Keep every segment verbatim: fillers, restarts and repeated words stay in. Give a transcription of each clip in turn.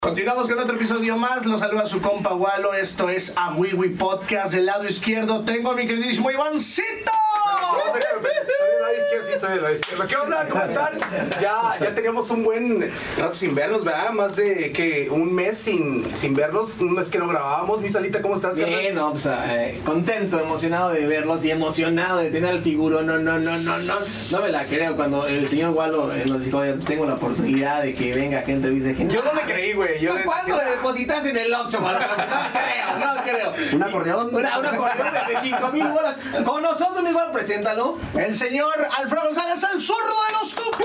Continuamos con otro episodio más. Los saluda su compa Walo. Esto es A Wiwi Podcast. Del lado izquierdo tengo a mi queridísimo Ivancito. No, déjame, estoy del lado izquierdo, sí, estoy del lado izquierdo. ¿Qué onda? ¿Cómo están? Ya, ya teníamos un buen rato sin vernos, ¿verdad? Más de que un mes sin, sin vernos, un mes que no grabábamos. Mi Salita, ¿cómo estás, carnal? Bien, no, pues, eh, contento, emocionado de verlos y emocionado de tener al figurón. No, no, no, no, no. No me la creo cuando el señor Walo eh, nos dijo, oye, tengo la oportunidad de que venga gente y dice que Yo no me creí, güey. Yo ¿Cuándo le depositas en el Oxxo, Walo? No creo, no creo. ¿Un acordeón? Una, un acordeón de cinco mil bolas. Con nosotros mismo, preséntalo. El señor Alfredo González, el zurdo de los Tucanes.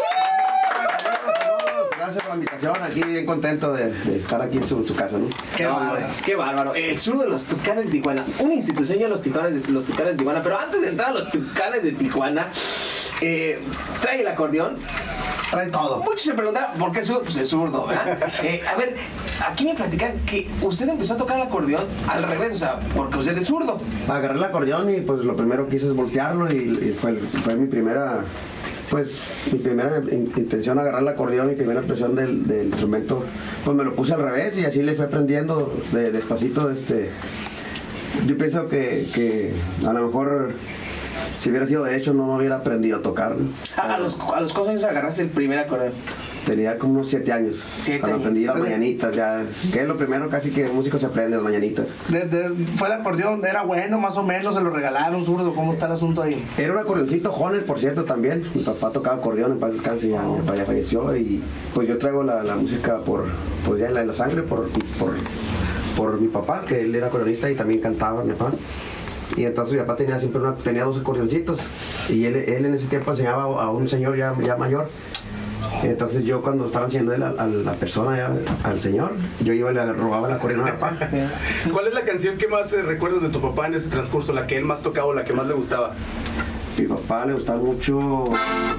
Gracias por la invitación, aquí bien contento de, de estar aquí en su, en su casa, ¿no? Qué No, bárbaro. hombre, qué bárbaro. El zurdo de los Tucanes de Tijuana. Una institución ya los Tucanes de, los Tucanes de Tijuana. Pero antes de entrar a los Tucanes de Tijuana, eh, trae el acordeón. Trae todo. Muchos se preguntan por qué es zurdo, pues es zurdo, ¿verdad? Eh, a ver, aquí me platican que usted empezó a tocar el acordeón al revés, o sea, porque usted es zurdo. Agarré el acordeón y pues lo primero que hice es voltearlo y, y fue, fue mi primera, pues mi primera in- intención agarrar el acordeón y primera impresión del, del instrumento, pues me lo puse al revés y así le fui aprendiendo de, despacito, este... Yo pienso que, que a lo mejor si hubiera sido de hecho no hubiera aprendido a tocar, ¿no? A, a los, a los cuántos años agarraste el primer acordeón. Tenía como unos siete años. Siete cuando años. aprendí las mañanitas, ya. Que es lo primero casi que el músico se aprende, las mañanitas. De- de- fue el acordeón, era bueno, más o menos, se lo regalaron, zurdo. ¿Cómo está el asunto ahí? Era un acordeoncito Honer, por cierto, también. Mi papá tocaba acordeón, en paz descanse, ya, mi papá ya falleció. Y pues yo traigo la, la música por, pues ya en la, en la sangre, por, por, por mi papá, que él era acordeonista y también cantaba, mi papá. Y entonces mi papá tenía siempre una, tenía dos acordeoncitos. Y él, él en ese tiempo enseñaba a un señor ya, ya mayor. Entonces yo cuando estaba enseñando él a, a la persona, ya, al señor, yo iba y le robaba el acordeón a mi papá. ¿Cuál es la canción que más eh, recuerdas de tu papá en ese transcurso? ¿La que él más tocaba o la que más le gustaba? Mi papá le gustaba mucho...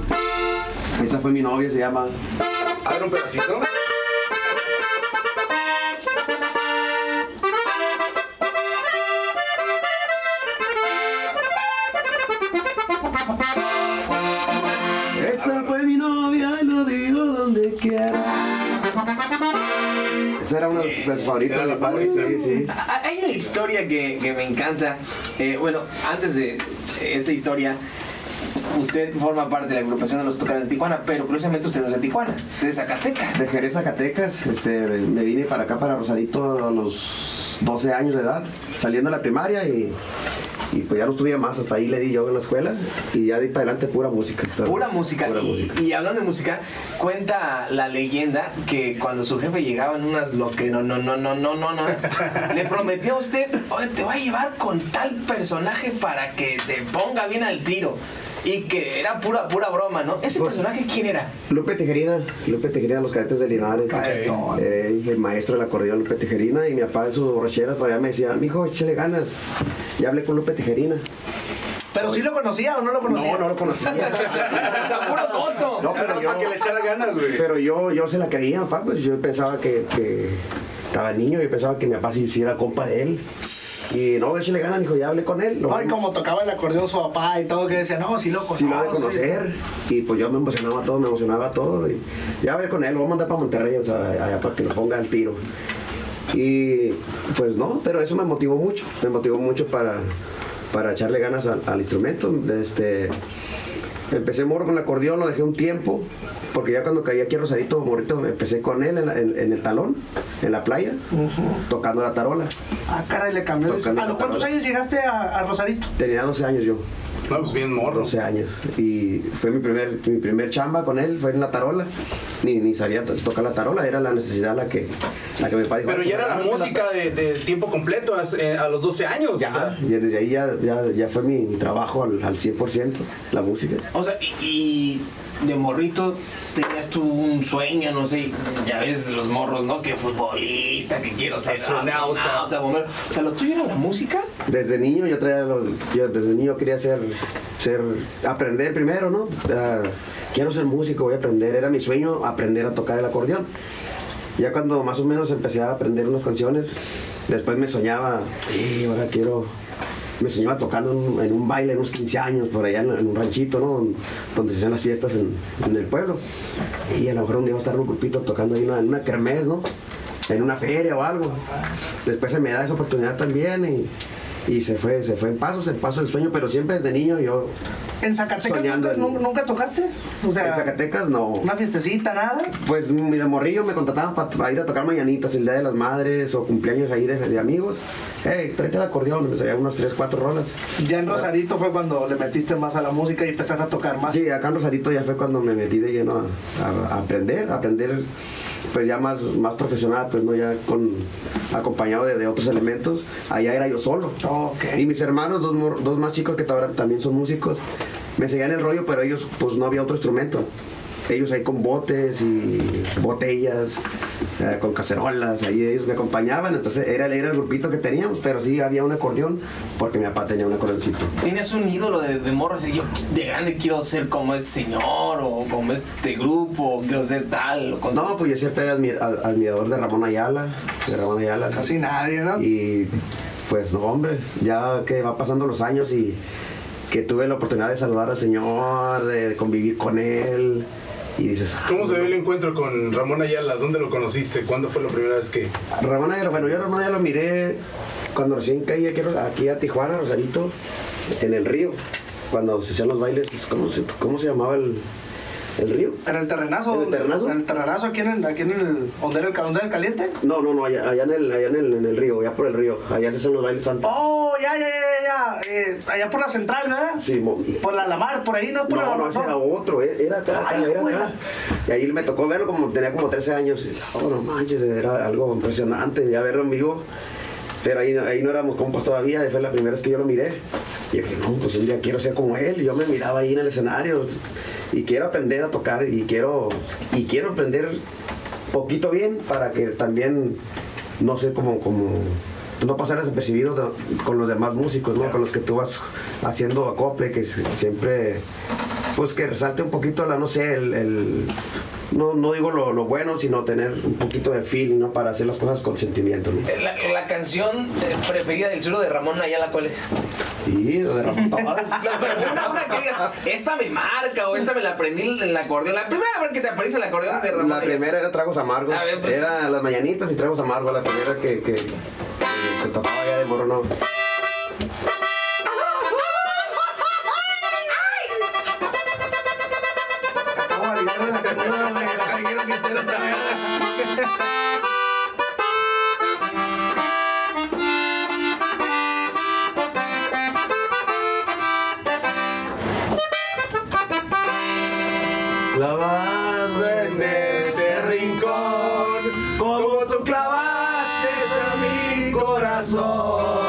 Esa fue mi novia, se llama... A ver, un pedacito. Esa fue mi novia y lo digo donde quiera. Esa era una de sus favoritas. Era la favorita. Sí, sí. Ah, hay una historia que, que me encanta. Eh, bueno, antes de esta historia, usted forma parte de la agrupación de los Tucanes de Tijuana, pero curiosamente usted no es de Tijuana, usted es de Zacatecas. De Jerez, Zacatecas, este, me vine para acá, para Rosarito, a los doce años de edad, saliendo de la primaria y, y pues ya no estudié más, hasta ahí le di yo en la escuela y ya de ahí para adelante pura música. Pura música. Pura y, música. y hablando de música, cuenta la leyenda que cuando su jefe llegaba en unas lo que no, no, no, no, no, no, no, le prometió a usted, oye, te va a llevar con tal personaje para que te ponga bien al tiro. Y que era pura, pura broma, ¿no? ¿Ese Pues, personaje quién era? Lupe Tejerina, Lupe Tejerina, los cadetes de Linares, Caetón. eh, el maestro del acordeón Lupe Tejerina, y mi papá en sus borracheras por allá me decía, mijo, échale ganas, ya hablé con Lupe Tejerina. ¿Pero sí lo conocía o no lo conocía? No, no lo conocía. ¡Puro tonto! No, pero Nada más yo, para que le echara ganas, güey. pero yo, yo se la quería, papá, pues yo pensaba que, que estaba niño, yo pensaba que mi papá sí, sí era compa de él. Y no, échale ganas, mijo, ya hablé con él. Lo No, y como tocaba el acordeón su papá y todo, que decía, no, sí lo Sí, lo ha de conozco. conocer. Y pues yo me emocionaba todo, me emocionaba todo. Y ya a ver con él, lo voy a mandar para Monterrey, o sea, allá para que lo ponga al tiro. Y pues no, pero eso me motivó mucho, me motivó mucho para, para echarle ganas al, al instrumento. Este, empecé morro con el acordeón, lo dejé un tiempo, porque ya cuando caí aquí a Rosarito, morrito, empecé con él en, la- en- en el talón, en la playa, tocando la tarola. Ah, caray, le cambió. de- Tocando ¿A los la cuántos tarola. años llegaste a, a Rosarito? Tenía doce años yo. No, pues bien morro. doce años y fue mi primer mi primer chamba con él, fue en la tarola, ni, ni sabía to- tocar la tarola, era la necesidad la que la que mi padre dijo, Pero ya era la "Pues, música de, de tiempo completo a, eh, a los doce años. ya, o sea. y desde ahí ya, ya, ya fue mi, mi trabajo al, al cien por ciento, la música. O sea, y, y de morrito tenías tú un sueño, no sé, ya ves los morros, ¿no? Que futbolista, que quiero ser Astronauta. astronauta, bombero. O sea, ¿lo tuyo era la música? Desde niño yo traía los- yo desde niño quería ser ser aprender primero, ¿no? Ah, quiero ser músico, voy a aprender, era mi sueño aprender a tocar el acordeón. Ya cuando más o menos empecé a aprender unas canciones, después me soñaba, sí, ahora quiero me soñaba tocando en, en un baile en unos quince años por allá en, en un ranchito, ¿no? Donde se hacían las fiestas en, en el pueblo. Y a lo mejor un día va a estar en un grupito tocando ahí una, en una kermés, ¿no? en una feria o algo. Después se me da esa oportunidad también y, y se fue, se fue en pasos, en paso el sueño, pero siempre desde niño yo... ¿En Zacatecas soñando nunca, en- nunca tocaste? O sea, En Zacatecas no. una fiestecita, nada. Pues mi de morrillo me contrataban para ir a tocar mañanitas el día de las madres o cumpleaños ahí de, de amigos. Hey, tráete el acordeón, me sabía unas tres, cuatro rolas. Ya en Rosarito fue cuando le metiste más a la música y empezaste a tocar más. Sí, acá en Rosarito ya fue cuando me metí de lleno a, a- a aprender, a aprender pues ya más, más profesional, pues no ya con acompañado de, de otros elementos. Allá era yo solo. Ok. Y mis hermanos, dos, mor- dos más chicos que ahora también son músicos, me seguían el rollo, pero ellos pues no había otro instrumento. Ellos ahí con botes y botellas, eh, con cacerolas, ahí ellos me acompañaban, entonces era, era el grupito que teníamos, pero sí había un acordeón, porque mi papá tenía un acordeoncito. ¿Tienes un ídolo de, de morro? Así, yo de grande quiero ser como este señor, o como este grupo, o quiero ser tal. O con- No, pues yo siempre era admir- ad- admirador de Ramón Ayala, de Ramón Ayala. Casi nadie, ¿no? Y pues no, hombre, ya que va pasando los años y que tuve la oportunidad de saludar al Señor, de convivir con Él, y dices... ¿Cómo "Ah, se dio el encuentro con Ramón Ayala? ¿Dónde lo conociste? ¿Cuándo fue la primera vez que...? Ramón Ayala, bueno, yo a Ramón Ayala lo miré cuando recién caí aquí, aquí a Tijuana, Rosarito, en el río, cuando se hacían los bailes, ¿cómo se, cómo se llamaba el, el río? ¿En el terrenazo? ¿En el terrenazo? ¿En el terrenazo aquí en el, aquí en el, donde era el, donde era el caliente? No, no, no, allá, allá, en, el, allá en, el, en el río, allá por el río, allá se hacen los bailes santos. Oh, ya, ya, ya, ya, ya. Eh, allá por la central, ¿verdad? Sí, mo- Por la Lamar, por ahí, ¿no? Por la No, no, Lamar. ese era otro, eh, era acá, Ay, era juega. acá. Y ahí me tocó verlo como tenía como trece años. Y, oh, no manches, era algo impresionante ya verlo en vivo. Pero ahí, ahí no éramos compas todavía, y fue la primera vez que yo lo miré. Y dije, no, pues un día quiero ser como él. Y yo me miraba ahí en el escenario y quiero aprender a tocar y quiero, y quiero aprender poquito bien para que también, no sé, como, como no pasar desapercibido de- con los demás músicos, ¿no? Con los que tú vas haciendo acople, que siempre, pues que resalte un poquito la, no sé, el, el- no, no digo lo, lo bueno, sino tener un poquito de feeling, ¿no? Para hacer las cosas con sentimiento, ¿no? La, la canción eh, preferida del sur de Ramón Ayala, ¿cuál es? Y lo derramó todas. No, pero una, una que digas, esta me marca, o esta me la aprendí en el acordeón. La primera vez que te aparece el acordeón de Ramón La Ayala. primera era Tragos Amargos. A ver, pues. Era Las Mañanitas y Tragos Amargos, la primera que, que, que, que tocaba ya de morro, no. Acabo de aliviar de la cruda, güey. Ay, quiero que esté otra vez. Clavado en este rincón, como tú clavaste a mi corazón.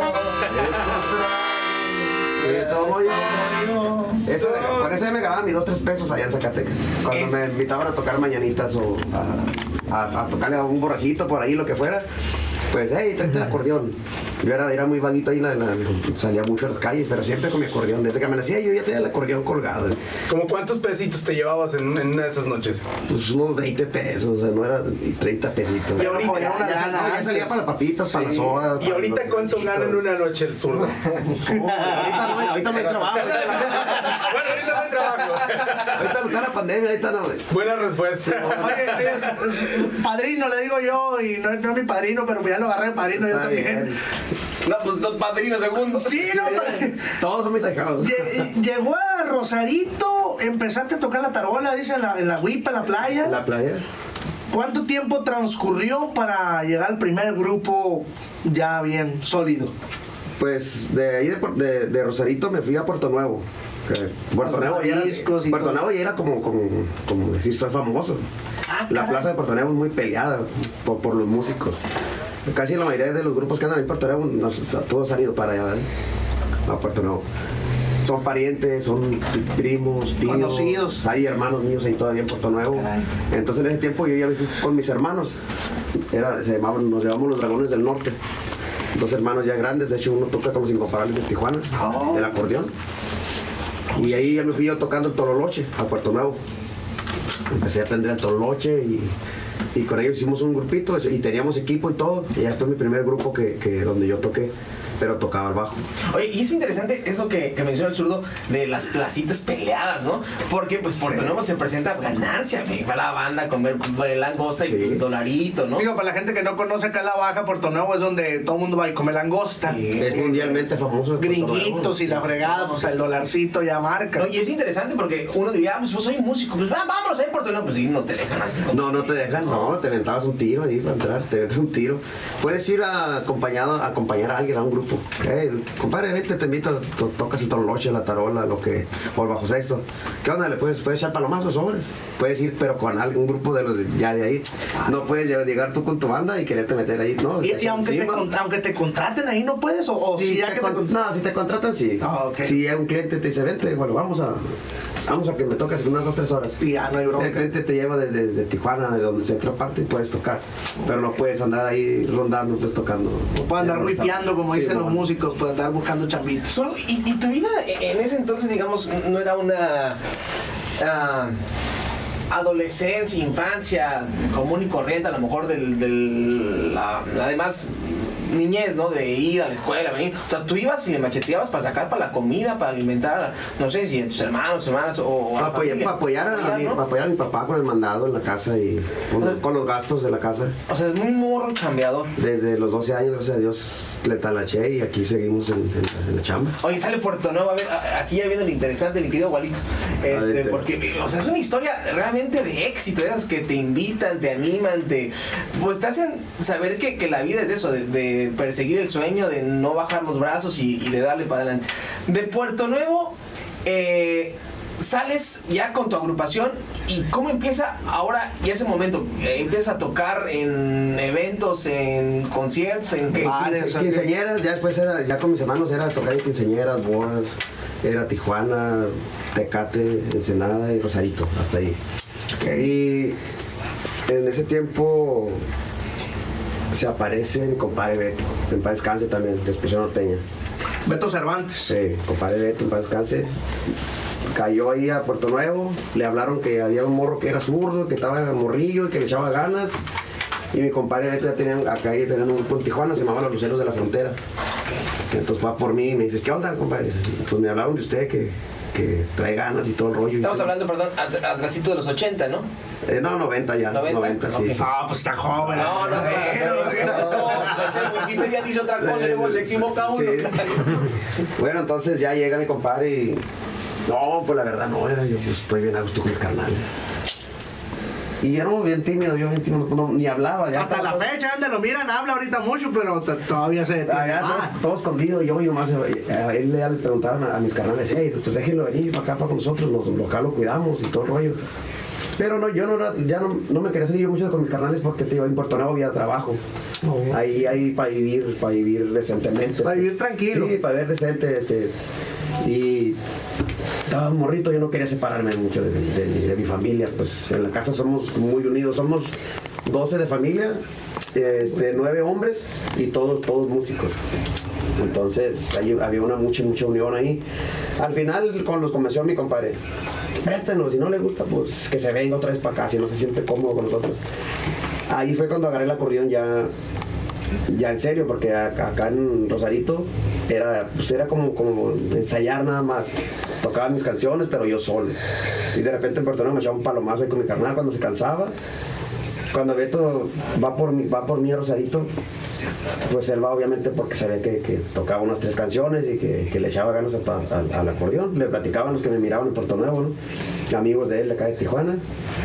Que tomo yo. Eso, por eso me ganaban mis dos, tres pesos allá en Zacatecas. Cuando Es- me invitaban a tocar mañanitas o a, a, a tocarle a un borrachito por ahí, lo que fuera, pues, hey, tráete el acordeón. Yo era, era muy vaguito ahí, la, la- salía mucho a las calles, pero siempre con mi acordeón. Desde que me nacía yo ya tenía el acordeón colgado. ¿Cómo cuántos pesitos te llevabas en, en una de esas noches? Pues unos veinte pesos, o sea, no era treinta pesitos. Y ahorita- ya, ya, ya, no, ya salía para las papitas, para las sodas. ¿Y para ahorita los cuánto besitos. gana en una noche el zurdo? Oh, ahorita no, ahorita no hay trabajo. Ahorita, Bueno, ahorita no hay trabajo. ahorita no está la pandemia, ahorita no. Buena respuesta. Oye, es, es padrino, le digo yo, y no, no es mi padrino, pero ya lo agarré de padrino yo Está también. bien. No, pues dos padrinos segundos. Sí, no, pa- Todos son mis ahijados. Lle- Llegó a Rosarito, empezaste a tocar la tarola, dice, en la, en la huipa, en la playa. En la playa. ¿Cuánto tiempo transcurrió para llegar al primer grupo ya bien sólido? Pues de ahí de, Puer- de, de Rosarito me fui a Puerto Nuevo. Que Puerto Los Nuevo ya era, mariscos y Puerto todo. Nuevo ya era como, como, como decir, soy famoso. Ah, La caray. plaza de Puerto Nuevo es muy peleada por, por los músicos. Casi la mayoría de los grupos que andan en Puerto Nuevo, nos- todos han ido para allá, ¿verdad? A Puerto Nuevo. Son parientes, son primos, tíos. Conocidos. Hay hermanos míos ahí todavía en Puerto Nuevo. Caray. Entonces en ese tiempo yo ya me fui con mis hermanos. Era, se llamaban, nos llamamos los Dragones del Norte. Dos hermanos ya grandes, de hecho uno toca con los Incomparables de Tijuana, Oh. el acordeón. Y ahí ya me fui yo tocando el tololoche a Puerto Nuevo. Empecé a aprender el tololoche y, y con ellos hicimos un grupito y teníamos equipo y todo. Y ya fue mi primer grupo que, que donde yo toqué. pero tocaba el bajo. Oye, y es interesante eso que, que menciona el zurdo de las placitas peleadas, ¿no? Porque pues Puerto sí. Nuevo se presenta ganancia, va la banda a comer langosta sí. y pues, dolarito, ¿no? Digo, para la gente que no conoce acá la Baja, Puerto Nuevo es donde todo el mundo va y come langosta. Sí, es mundialmente famoso. Gringuitos y la fregada, pues el dolarcito ya marca. No, y es interesante porque uno diría, ah, pues, pues soy músico, pues va, vámonos ahí Puerto Nuevo, pues sí, no te dejan así. Como... No, no te dejan, no, te aventabas un tiro ahí para entrar, te aventas un tiro. Puedes ir a, acompañado, a acompañar a alguien a un grupo. Hey, compadre, vente, te invito, to, tocas el tololoche, la tarola, lo que, o el bajo sexto. ¿Qué onda? ¿Le puedes, puedes echar palomazos sobres? Puedes ir, pero con algún grupo de los de, ya de ahí. No puedes llegar tú con tu banda y quererte meter ahí, ¿no? Y, y aunque, te, aunque te contraten ahí, ¿no puedes? ¿O, o si si ya te, que con, te No, si te contratan, sí. Oh, okay. Si un cliente te dice, vente, bueno, vamos a... Vamos a que me toques unas dos, tres horas. Y ya no hay bronca. El cliente te lleva desde, desde Tijuana, de donde se entra parte, y puedes tocar. Pero no puedes andar ahí rondando, pues tocando. No puedes andar ripeando, como sí, dicen bueno. los músicos, puedes andar buscando chambitos. ¿Y, y tu vida en ese entonces, digamos, no era una... Uh, adolescencia, infancia común y corriente, a lo mejor del, del la, además niñez, ¿no? De ir a la escuela, venir. O sea, tú ibas y le macheteabas para sacar para la comida, para alimentar, no sé si a tus hermanos, hermanas o, o para, apoyar, para, apoyar a, apoyar, mi, ¿no? para apoyar a mi papá con el mandado en la casa y con, o sea, con los gastos de la casa. O sea, es muy morro chambeador. Desde los doce años, gracias a Dios, le talaché y aquí seguimos en, en, en la chamba. Oye, sale Puerto Nuevo, a ver, aquí ya viene lo interesante, mi querido Gualito. Este, porque, o sea, es una historia realmente de éxito, esas que te invitan, te animan, te, pues te hacen saber que, que la vida es eso, de, de perseguir el sueño, de no bajar los brazos y, y de darle para adelante. De Puerto Nuevo, eh, sales ya con tu agrupación y cómo empieza ahora y ese momento, eh, empiezas a tocar en eventos, en conciertos, en qué bares, quinceañeras, ya después era, ya con mis hermanos era tocar en quinceañeras, bodas, era Tijuana, Tecate, Ensenada y Rosarito, hasta ahí. Okay. Y en ese tiempo se aparece mi compadre Beto, en paz descanse también, de Expresión Norteña. Beto Cervantes. Sí, compadre Beto, en paz descanse. Cayó ahí a Puerto Nuevo, le hablaron que había un morro que era zurdo, que estaba morrillo y que le echaba ganas. Y mi compadre Beto ya tenían, acá ya tenían un grupo en Tijuana, se llamaba Los Luceros de la Frontera. Entonces va por mí y me dice, ¿qué onda, compadre? Pues me hablaron de usted, que, que trae ganas y todo el rollo. Estamos hablando, perdón, atrásito de los ochenta, ¿no? Eh, no, noventa ya. noventa, noventa sí, okay. sí. Ah, pues está joven. No, no, no. Wikipedia dice otra cosa, luego se equivoca uno. Sí. Bueno, entonces ya llega mi compadre y... No, pues la verdad no, era yo pues, estoy bien a gusto con mis carnales. Y éramos bien tímidos, yo bien tímido, no, ni hablaba. Ya hasta la todo... fecha, donde lo miran, habla ahorita mucho, pero todavía se detiene. Ah, todo, todo escondido, yo y nomás, a él ya le preguntaban a, a mis carnales, hey, pues déjenlo venir para acá, para con nosotros, nos, acá lo cuidamos y todo el rollo. Pero no, yo no, ya no, no me quería salir yo mucho con mis carnales porque te iba en Puerto Nuevo había trabajo. Oh. Ahí, ahí para vivir, para vivir decentemente. Para vivir tranquilo. Sí, para vivir decente, este, y estaba morrito, yo no quería separarme mucho de, de, de, de mi familia, pues en la casa somos muy unidos, somos doce de familia, este, nueve hombres y todos, todos músicos. Entonces ahí había una mucha, mucha unión ahí. Al final con los convenció mi compadre, préstenos, si no le gusta, pues que se venga otra vez para acá, si no se siente cómodo con nosotros. Ahí fue cuando agarré el acordeón ya, ya en serio, porque acá, acá en Rosarito era, pues era como, como ensayar nada más. Tocaba mis canciones, pero yo solo. Y de repente en Puerto Nuevo me echaba un palomazo ahí con mi carnal cuando se cansaba. Cuando Beto va por mí, va por mí a Rosarito, pues él va obviamente porque se ve que, que tocaba unas tres canciones y que, que le echaba ganas a, a, al acordeón. Le platicaban los que me miraban en Puerto Nuevo, ¿no? Amigos de él de acá de Tijuana.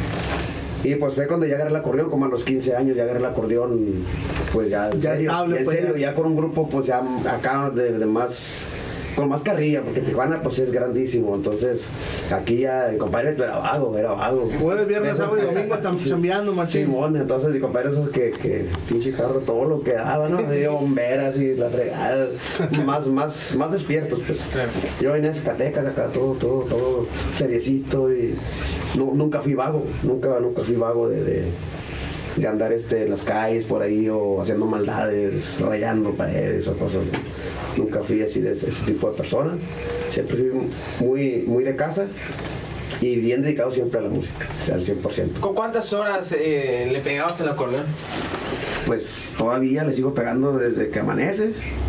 Y pues fue cuando ya agarré el acordeón, como a los quince años ya agarré el acordeón, pues ya en ya serio, estable, en pues, serio ya. ya con un grupo pues ya acá de, de más... con más carrilla, porque Tijuana pues es grandísimo, entonces aquí ya el compadre era vago, era vago. Jueves, viernes, sábado y domingo están chambeando, machín. Simón, entonces mi compadre esos que, que pinche carro todo lo que daba, ¿no? De bomberas y las regadas, más, más, más despiertos, pues. Claro. Yo venía en Zacatecas acá, todo, todo, todo seriecito y no, nunca fui vago, nunca, nunca fui vago de, de de andar este, en las calles por ahí o haciendo maldades, rayando paredes o cosas. Nunca fui así de ese, ese tipo de persona. Siempre fui muy, muy de casa y bien dedicado siempre a la música, al cien por ciento. ¿Con cuántas horas eh, le pegabas el acordeón? Pues todavía le sigo pegando desde que amanece.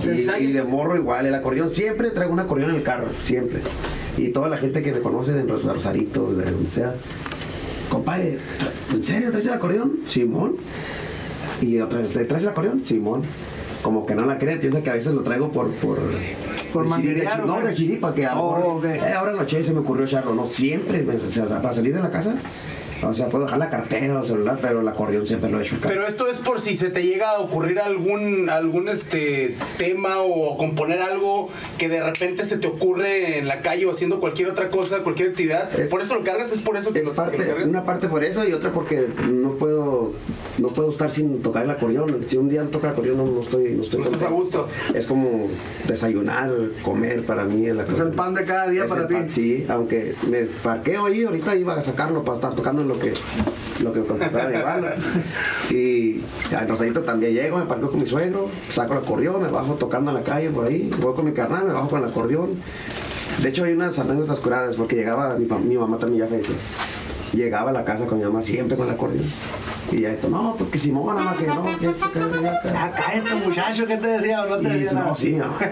Y, y de morro igual, el acordeón, siempre traigo un acordeón en el carro, siempre. Y toda la gente que me conoce de Rosarito, de donde sea, compadre, ¿en serio traes el acordeón? Simón. Y otra vez, ¿traes el acordeón? Simón. Como que no la creen, piensa que a veces lo traigo por... por Por de manguerear, chiripa, no, de chiripa, que ahora, Oh, okay. eh, ahora anoche se me ocurrió echarlo, no, siempre, o sea, para salir de la casa, o sea, puedo dejar la cartera o el celular, pero el acordeón siempre lo he hecho. Pero esto es por si se te llega a ocurrir algún algún este tema o componer algo que de repente se te ocurre en la calle o haciendo cualquier otra cosa, cualquier actividad. Es- ¿Por eso lo cargas? ¿Es por eso que, Es lo, que parte, lo cargas? una parte por eso y otra porque no puedo no puedo estar sin tocar el acordeón. Si un día no toco el acordeón no, no estoy no estoy No estás a contento. gusto. Es como desayunar, comer para mí el acordeón. Es el pan de cada día Es para el ti. pan, sí, aunque me parqueo ahí, ahorita iba a sacarlo para estar tocando lo que lo que contrataba de llevarlo. Y a Rosarito también llego, me parqueo con mi suegro, saco el acordeón, me bajo tocando en la calle por ahí, voy con mi carnal, me bajo con el acordeón. De hecho hay unas anécdotas curadas porque llegaba, mi, pa- mi mamá también ya falleció. Llegaba a la casa con mi mamá siempre con el acordeón. Y ya esto, no, porque Simón, nada más que no, que esto, que acá. Ah, cállate, muchacho, ¿qué te decía o no te Y decía no, nada? sí, mi mamá.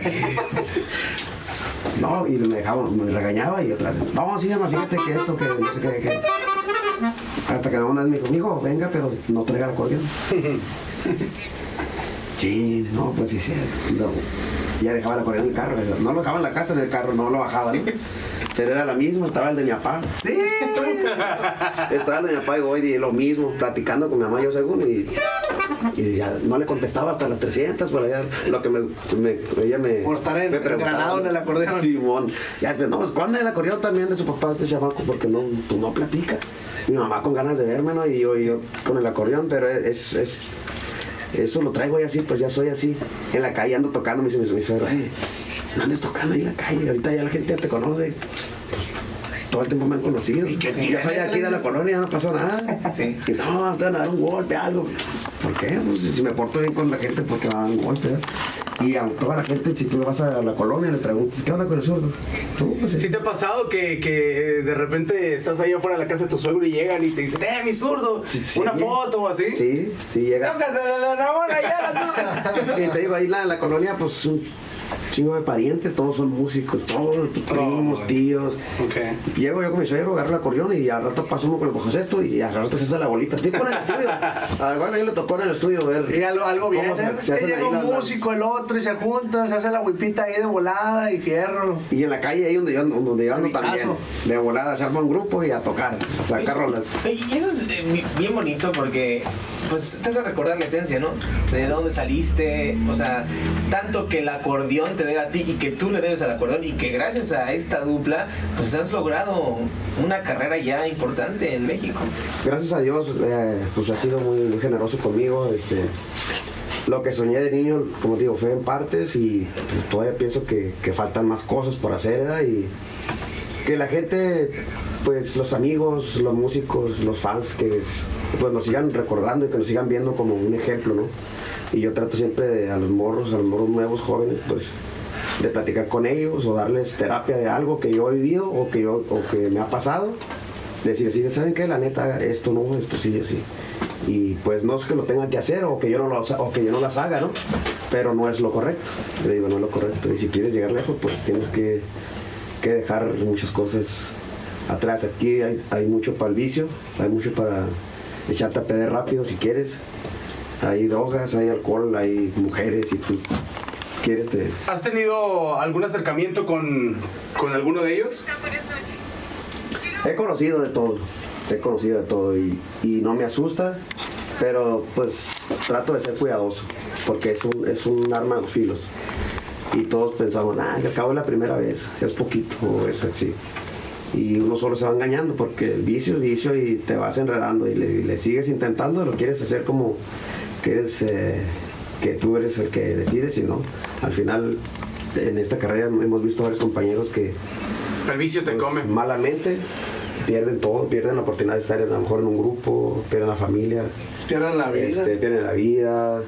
No, y me dejaba, me regañaba y otra vez. No, sí, mamá, fíjate que esto, que no sé qué, que. Hasta que una vez me dijo, mijo, venga, pero no traiga el acordeón. Sí, no, pues sí, sí. No. Ya dejaba el acordeón en el carro. No lo dejaba en la casa, en el carro, no lo bajaba, ¿no? Pero era lo mismo, estaba el de mi papá. Estaba el de mi papá y voy y lo mismo, platicando con mi mamá, yo según, y, y ya no le contestaba hasta las trescientas, por allá, lo que me, me- ella me... Por estar en- me preguntaba. engranado en el acordeón. Simón. Ya después, no, pues ¿cuándo el acordeón también de su papá, este chamaco? Porque no, pues no platica. Mi mamá con ganas de verme, ¿no? Y yo, y yo con el acordeón, pero es... es eso lo traigo ahí así, pues ya soy así. En la calle ando tocando, me dice mi, mi suegro, "Ey, no andes tocando ahí en la calle, ahorita ya la gente ya te conoce." Pues, todo el tiempo me han conocido. ¿Y qué Yo tiene? soy aquí de la colonia, no pasa nada. Sí. Y no, te van a dar un golpe, algo. ¿Por qué? Pues si me porto bien con la gente, porque me dan un golpe. ¿eh? Y a toda la gente, si tú le vas a la colonia y le preguntas, ¿qué onda con el zurdo? No, pues, ¿Sí te ha pasado que, que de repente estás ahí afuera de la casa de tu suegro y llegan y te dicen, ¡eh, mi zurdo! Sí, sí. Una foto o así. Sí, sí llega. Tócate la Ramón allá, la zurda. Y te digo, ahí en la, en la colonia, pues un chingo de parientes, todos son músicos, todos primos, Oh, tíos. Ok. Llego yo con mi suegro, agarro el acordeón y al rato paso uno con el bojocesto y al rato se hace la bolita. Estoy con el estudio. A ver, ahí le tocó en el estudio ver. Y algo, algo bien, cómo se- ¿eh? se hacen Llega ahí un las- las- músico, el otro, y se juntan, se hace la huipita ahí de volada y fierro. Y en la calle ahí donde yo ando, donde yo ando también. Cevichazo. De volada se arma un grupo y a tocar, a sacar rolas. Y eso es eh, bi- bien bonito porque pues te hace recordar la esencia, ¿no? De dónde saliste, o sea, tanto que el acordeón te debe a ti y que tú le debes al acordeón y que gracias a esta dupla pues has logrado una carrera ya importante en México. Gracias a Dios, eh, pues ha sido muy, muy generoso conmigo. Este, lo que soñé de niño, como digo, fue en partes y pues, todavía pienso que, que faltan más cosas por hacer, ¿verdad? Y que la gente, pues los amigos, los músicos, los fans, que pues nos sigan recordando y que nos sigan viendo como un ejemplo, ¿no? Y yo trato siempre de, a los morros, a los morros nuevos, jóvenes, pues de platicar con ellos o darles terapia de algo que yo he vivido o que, yo, o que me ha pasado. Decir, así, ¿saben qué? La neta, esto no, esto sí, así. Y pues no es que lo tengan que hacer o que yo no, lo, o que yo no las haga, ¿no? Pero no es lo correcto. Le digo, no es lo correcto. Y si quieres llegar lejos, pues tienes que, que dejar muchas cosas atrás. Aquí hay, hay mucho para el vicio, hay mucho para echarte a pedir rápido si quieres. Hay drogas, hay alcohol, hay mujeres y tú quieres te... ¿Has tenido algún acercamiento con, con alguno de ellos? He conocido de todo, he conocido de todo y, y no me asusta, pero pues trato de ser cuidadoso, porque es un, es un arma de filos. Y todos pensamos, ah, que al cabo es la primera vez, es poquito, o es así. Y uno solo se va engañando, porque el vicio es vicio y te vas enredando y le, y le sigues intentando, lo quieres hacer como que eres, eh, que tú eres el que decides y no. Al final, en esta carrera hemos visto varios compañeros que El vicio te pues, come. malamente pierden todo, pierden la oportunidad de estar a lo mejor en un grupo, pierden la familia, Pierden la vida. este, pierden la vida.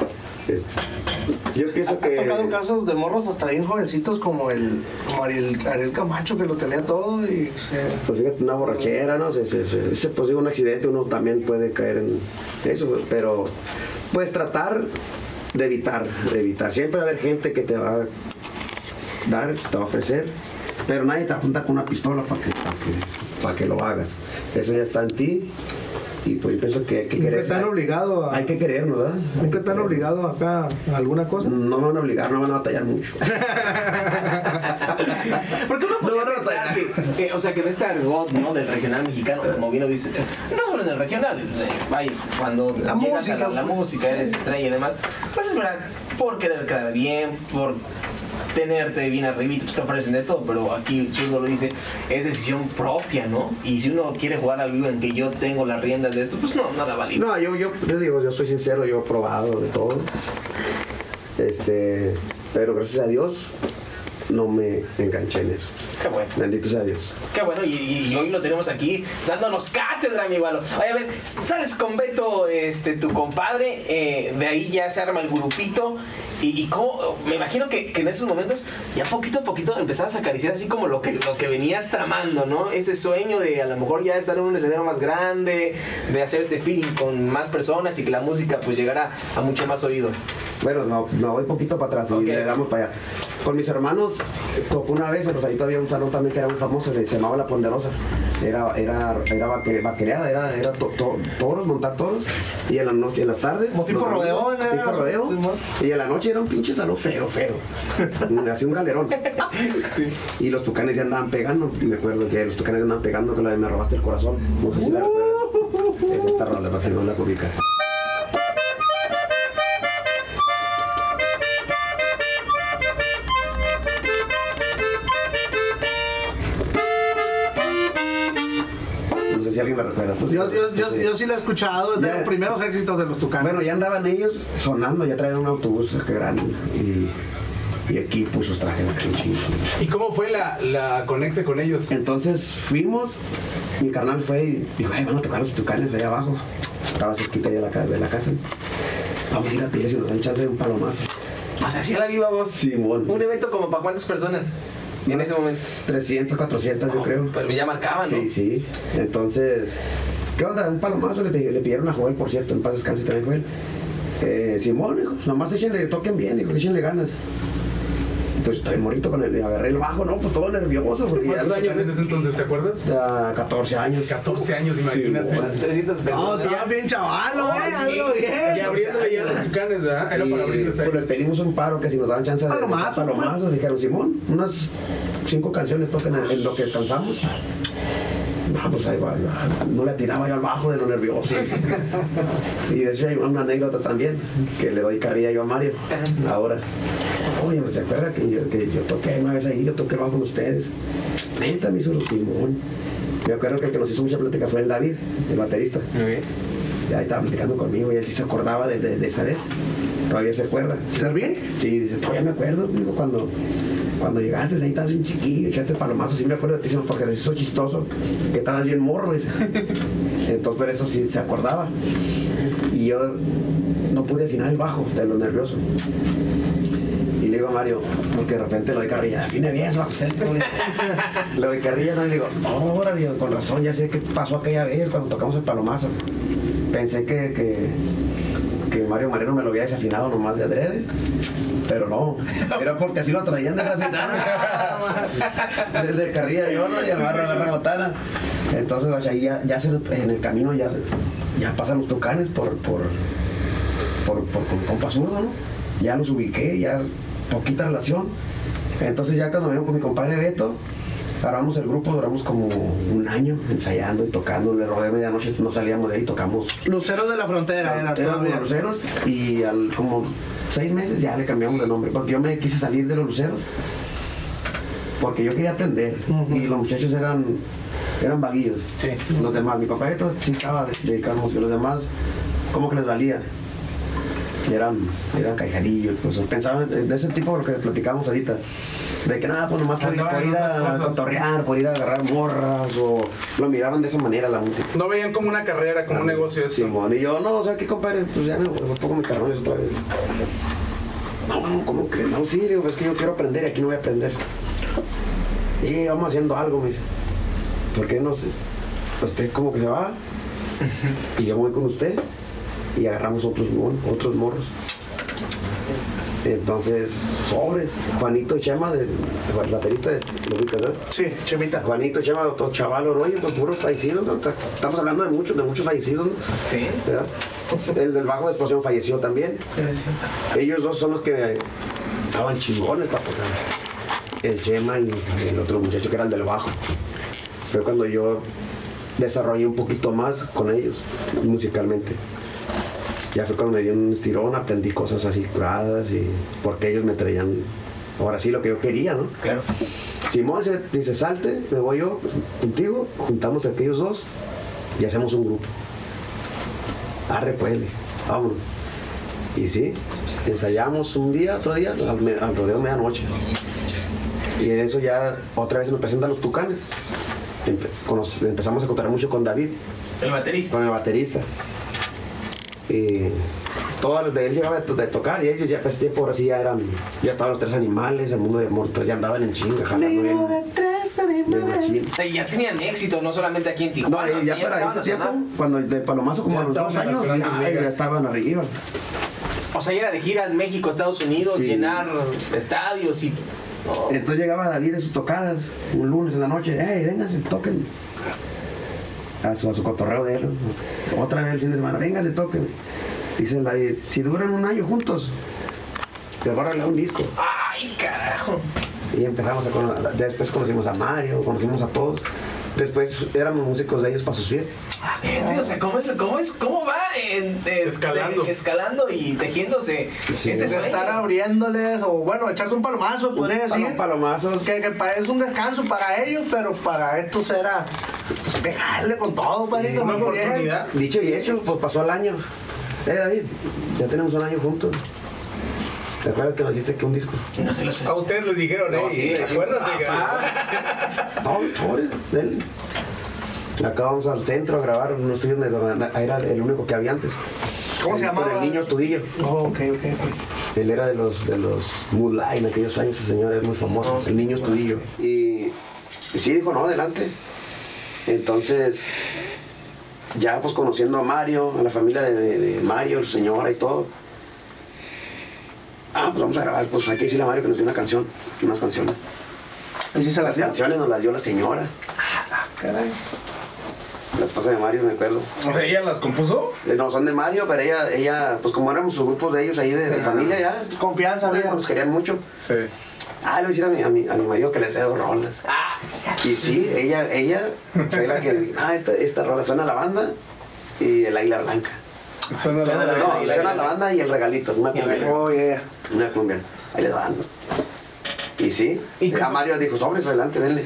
Este, yo pienso Ha que tocado casos de morros hasta bien jovencitos como el como Ariel, Ariel Camacho, que lo tenía todo y se... pues fíjate, una borrachera, ¿no? Se, se, se, ese, pues digo, un accidente, uno también puede caer en eso, pero pues tratar de evitar, de evitar. Siempre va a haber gente que te va a dar, te va a ofrecer, pero nadie te apunta con una pistola para que, para que, para que lo hagas. Eso ya está en ti. Y pues yo pienso que hay que querer. Nunca te han obligado a... Hay que querernos, ¿verdad? ¿Nunca te han obligado acá a alguna cosa? No me van a obligar, no van a batallar mucho. Porque uno podría pensar que, que, o sea, que en este argot, ¿no? Del regional mexicano, como bien lo dice, no solo en el regional, eh, vaya, cuando La llegas música, a la, la pues. música, eres estrella y demás, pues es verdad, por querer quedar bien, por tenerte bien arribito, pues te ofrecen de todo, pero aquí Chusdo lo dice, es decisión propia, ¿no? Y si uno quiere jugar al vivo en que yo tengo las riendas de esto, pues no, nada vale. No, yo, yo te digo, yo soy sincero, yo he probado de todo. Este, pero gracias a Dios no me enganché en eso. Qué bueno. Bendito sea Dios. Qué bueno, y, y hoy lo tenemos aquí dándonos cátedra, mi Walo. Oye, a ver, sales con Beto, este, tu compadre, eh, de ahí ya se arma el grupito. Y, y cómo, me imagino que, que en esos momentos ya poquito a poquito empezabas a acariciar así como lo que, lo que venías tramando, ¿no? Ese sueño de a lo mejor ya estar en un escenario más grande, de hacer este feeling con más personas y que la música pues llegara a mucho más oídos. Bueno, no, no voy poquito para atrás y Ok. le damos para allá. Con mis hermanos tocó una vez, en Rosarito había un salón también que era muy famoso, se llamaba La Ponderosa. Era, era, era vaque- vaquereada, era, era to- to- toros, montar toros. Y en, la noche, en las tardes. Como tipo los domingos, rodeo, ¿no? Tipo rodeo. Y en la noche era un pinche salón feo, feo. Hacía un galerón. Sí. Y los tucanes ya andaban pegando. Y me acuerdo que los tucanes andaban pegando con la de Me Robaste el Corazón. No sé si la recuerdas. Es esta rola, para que no la ubica. No sé si alguien me recuerda. ¿Tú sí? Yo, yo, yo, Sí. yo sí lo he escuchado, es de Ya. los primeros éxitos de los Tucanes. Bueno, ya andaban ellos sonando, ya traían un autobús que grande y, y equipo y sus trajes de chingo. ¿Y cómo fue la, la conecte con ellos? Entonces fuimos, mi carnal fue y dijo, ay, van a tocar los Tucanes allá abajo. Estaba cerquita ya de la, ca- de la casa. Vamos a ir a pedir si nos dan chance de un palomazo. O sea, hacía la viva voz. Simón. Un evento como para cuántas personas en ese momento. trescientas, cuatrocientas yo creo. Pero ya marcaban, ¿no? Sí, sí. Entonces, ¿qué onda? Un palomazo le, pi- le pidieron a Joel, por cierto, en paz descanse también Joel. Eh, Simón, dijo, nomás échenle, toquen bien, dijo, échenle ganas. Pues estoy morito con el, agarré el bajo, no, pues todo nervioso. Porque ¿Cuántos ya, años en ese entonces, te acuerdas? ya catorce años. catorce años, imagínate. Sí, bueno. trescientas No, personas. estaba bien chavalo, eh, sí. algo bien. Y abriéndole ya los Tucanes, ¿verdad? Era Y, para abrirles a pues, le ellos. pedimos un paro que si nos daban chance de Palomazo, echar palomazos, dijeron, Simón, unas cinco canciones tocan en, en lo que descansamos. No, pues ahí va, ahí va. No le tiraba yo al bajo de lo nervioso. Y de eso hay una anécdota también, que le doy carrilla yo a Mario, ahora. Oye, ¿se acuerda que yo, que yo toqué una vez ahí, yo toqué el bajo con ustedes? Neta, me hizo los Simón. Me acuerdo que el que nos hizo mucha plática fue el David, el baterista. Muy bien. Y ahí estaba platicando conmigo y él sí se acordaba de, de, de esa vez. Todavía se acuerda. ¿Servín? Sí, dice, todavía me acuerdo, digo, cuando, cuando llegaste, ahí estabas un chiquillo, echaste palomazos, sí me acuerdo de ti, porque me hizo chistoso, que estabas bien morro, dice. Entonces, por eso sí se acordaba. Y yo no pude afinar el bajo de lo nervioso. Y le digo a Mario, porque de repente le doy carrilla, afine bien, eso es esto. Le, le doy carrilla, no, y le digo, no, ahora, con razón, ya sé qué pasó aquella vez cuando tocamos el palomazo. Pensé que, que, que Mario Moreno me lo había desafinado nomás de adrede, pero no, era porque así lo traían desafinado. Desde carrilla yo, ¿no? Y el barro agarra botana. Entonces, o sea, ahí ya, ya se, en el camino ya, ya pasan los Tucanes por, por, por, por, por compa zurdo, ¿no? Ya los ubiqué, ya poquita relación. Entonces ya cuando vengo con mi compadre Beto, grabamos el grupo, duramos como un año ensayando y tocando. Le robé medianoche, no salíamos de ahí, tocamos. Luceros de la Frontera, era Éramos todavía. luceros y al como seis meses ya le cambiamos de nombre, porque yo me quise salir de los luceros, porque yo quería aprender. Ujú. Y los muchachos eran, eran vaguillos. Sí. Los demás, mi compadre sí estaba dedicado a música, los demás como que les valía. Y eran, eran caijarillos, pues pensaban de ese tipo de lo que platicábamos ahorita. De que nada, pues nomás por, Andaban por en ir otras a cosas. cotorrear, por ir a agarrar morras, o lo miraban de esa manera la música. No veían como una carrera, como un negocio eso. Simón, y yo, no, o sea, ¿qué compadre? Pues ya me, me pongo mis carrones otra vez. No, no, ¿cómo que? No, sí, digo, es que yo quiero aprender y aquí no voy a aprender. Y vamos haciendo algo, me dice. ¿Por qué no sé? Usted como que se va y yo voy con usted y agarramos otros, mon- otros morros. Entonces, sobres. Juanito Chema, el baterista de los ubicas, ¿no? Sí, Chemita. Juanito Chema, otro chaval, ¿no? Oye, pues puros fallecidos, ¿no? Estamos hablando de muchos, de muchos fallecidos, ¿no? Sí. ¿Verdad? El del bajo de explosión falleció también. Ellos dos son los que estaban chingones para tocar. El Chema y el otro muchacho que era el del bajo. Fue cuando yo desarrollé un poquito más con ellos, musicalmente. Ya fue cuando me dio un estirón, aprendí cosas así curadas y porque ellos me traían, ahora sí, lo que yo quería, ¿no? Claro. Simón se dice, salte, me voy yo contigo, juntamos a aquellos dos y hacemos un grupo. Arre, pues, vámonos. Y sí, ensayamos un día, otro día, al, me, al rodeo medianoche. Y en eso ya otra vez nos presentan los Tucanes. Empe con los, empezamos a contar mucho con David. El baterista. Con el baterista. Y todos los de él llegaba de, de tocar y ellos ya para ese tiempo ahora sí ya eran, ya estaban los tres animales, el mundo de muertos, ya andaban en chinga, jalando bien. de tres animales. O sea, ya tenían éxito, no solamente aquí en No, Tijuana. y o ya sea, para empezaban ese a sonar. tiempo, cuando de Palomazo como Ya a los dos estaban en las años, grandes ya, ligas. ya estaban arriba. O sea, ya era de giras México, Estados Unidos, Sí. llenar estadios y... Oh. Entonces llegaba David de sus tocadas, un lunes en la noche, hey, vénganse, toquen. A su, a su cotorreo de él. Otra vez el fin de semana, vénganse, toquen. Dice el David, si duran un año juntos, les voy a regalar un disco. ¡Ay, carajo! Y empezamos a conocer, después conocimos a Mario, conocimos a todos. Después éramos músicos de ellos para sus fiestas. Gente, o sea, ¿cómo, es, cómo, es, cómo va en, en- Escalando. de- escalando y tejiéndose Sí, este De sueño? estar abriéndoles, o bueno, echarse un palomazo, podría decir. Palo- palomazos. Que, que pa- es un descanso para ellos, pero para estos era pues, pegarle con todo, padrino. Una muy bien. oportunidad. Dicho y hecho, pues pasó el año. Eh, David, ya tenemos un año juntos. ¿Te acuerdas que nos dijiste que un disco? No se lo sé. A ustedes les dijeron, No, ¿eh? sí, Y acuérdate que... No, sobres, dele. Acá vamos al centro a grabar un estudio donde era el único que había antes. ¿Cómo se El- llamaba? El niño Estudillo. Oh, ok, ok, ok. Él era de los de los Moodline en aquellos años, ese señor es muy famoso, el niño Estudillo. Y, y sí dijo, no, adelante. Entonces, ya pues conociendo a Mario, a la familia de, de, de Mario, su señora y todo. Ah, pues vamos a grabar, pues hay que decirle a Mario que nos dio una canción, unas canciones. ¿Y si se las Las dio? canciones nos las dio la señora. Caray. La esposa de Mario, me acuerdo. O sea, ¿ella las compuso? Eh, No, son de Mario, pero ella, ella pues como éramos sus grupos de ellos ahí de, de familia ya, Confianza, pues, había. nos querían mucho. Sí. Ah, le voy a decir a mi, a mi, a mi marido que les dé dos rolas. Ah, Y sí, ella, ella fue la que, ah, esta, esta rola suena a la banda y el águila blanca. Suena Suena la- la- No, Águila suena a la Blanca. banda y el regalito, una Y el cumbia. Oh, yeah. Una cumbia. Ahí les van. Y sí, ¿Y a cómo? Mario dijo, sobres, adelante, denle.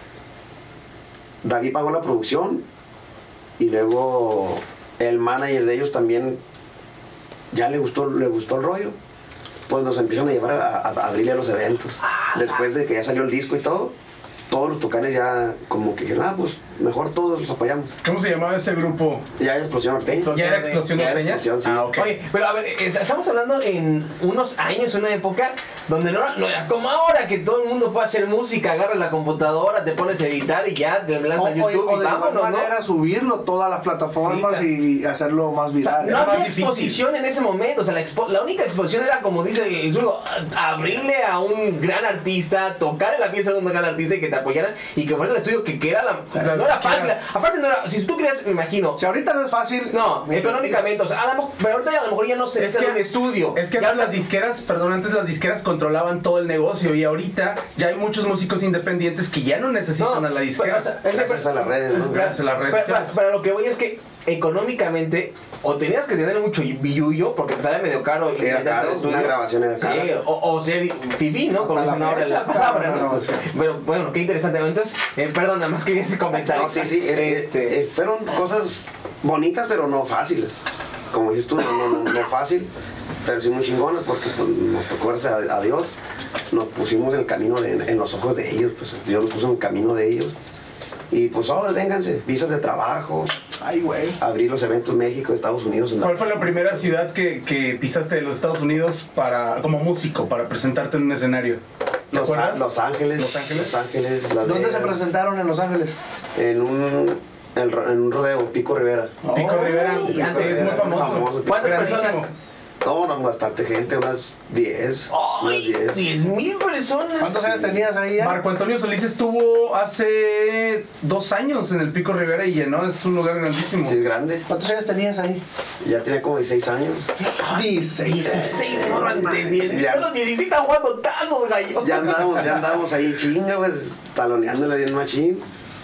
David pagó la producción y luego el manager de ellos también ya le gustó, le gustó el rollo. Pues nos empiezan a llevar a, a, a abrirle a los eventos. Después de que ya salió el disco y todo, todos los Tucanes ya como que dijeron, ah, pues mejor todos los apoyamos. ¿Cómo se llamaba este grupo? Ya hay Explosión Norteña. ¿Ya era Explosión Ya era Norteña? Explosión, sí. Ah, ok. Oye, pero a ver, es- estamos hablando en unos años, una época donde no, era- no era como ahora que todo el mundo puede hacer música, agarras la computadora, te pones a editar y ya te O, lanzas a o- YouTube o y de igual vámonos, ¿no? manera subirlo todas las plataformas Sí, y hacerlo más O sea, viral. no Era más había difícil. exposición en ese momento, o sea, la, expo- la única exposición era como dice el zurdo, a- abrirle a un gran artista, tocar en la pieza de un gran artista y que te apoyaran y que fuera el estudio que, que era la, Las no era disqueras. fácil, aparte no era, si tú querías, me imagino, Si ahorita no es fácil. no, económicamente, o sea, a lo, pero ahorita a lo mejor ya no se Es hace que- un estudio. Es que ya antes las disqueras, perdón, antes las disqueras controlaban todo el negocio y ahorita ya hay muchos músicos independientes que ya no necesitan a la disquera. pero, o sea, es que- Gracias a las redes, ¿no? Gracias a las redes pero, sociales. pero- pero lo que voy es que económicamente o tenías que tener mucho billullo porque te sale medio caro y Era meterte caro, al estudio. una grabación era cara. Sí, o, o ser fifí, ¿no? Como Hasta dicen la ahora fecha la está palabra, caro, ¿no? ¿no? Sí. Pero bueno, qué interesante. Entonces, eh, perdón, nada más quería ese comentario. No, sí, sí, eh, Este, eh, fueron cosas bonitas, pero no fáciles. Como dices tú, no, no, no, no fácil, pero sí muy chingonas, porque pues, nos tocó, gracias a, a Dios, nos pusimos en el camino, de, en los ojos de ellos, pues Dios nos puso en el camino de ellos. Y pues ahora vénganse, visas de trabajo, Ay, güey. abrir los eventos México, Estados Unidos. en la- ¿Cuál fue la primera ciudad que, que pisaste de los Estados Unidos para, como músico, para presentarte en un escenario? ¿Te Los, acuerdas? Los Ángeles, Los Ángeles. Los Ángeles, Las ¿Dónde se Vegas, presentaron en Los Ángeles? En un, en, en un rodeo, Pico Rivera. Pico Oh, Rivera, y sí, antes es muy Era famoso. famoso. ¿Cuántas Grandísimo. personas? No, no, bastante gente, unas diez. unas ¡Ay! diez mil personas. ¿Cuántos años tenías ahí ya? Marco Antonio Solís estuvo hace dos años en el Pico Rivera y llenó, es un lugar grandísimo. Sí, es grande. ¿Cuántos años tenías ahí? Ya tenía como dieciséis años. dieciséis. dieciséis, no, ante diez mil. Ya. Los dieciséis están jugando tazos, gallo. Ya andábamos, ya andábamos ahí en chinga, pues, taloneándole bien machín.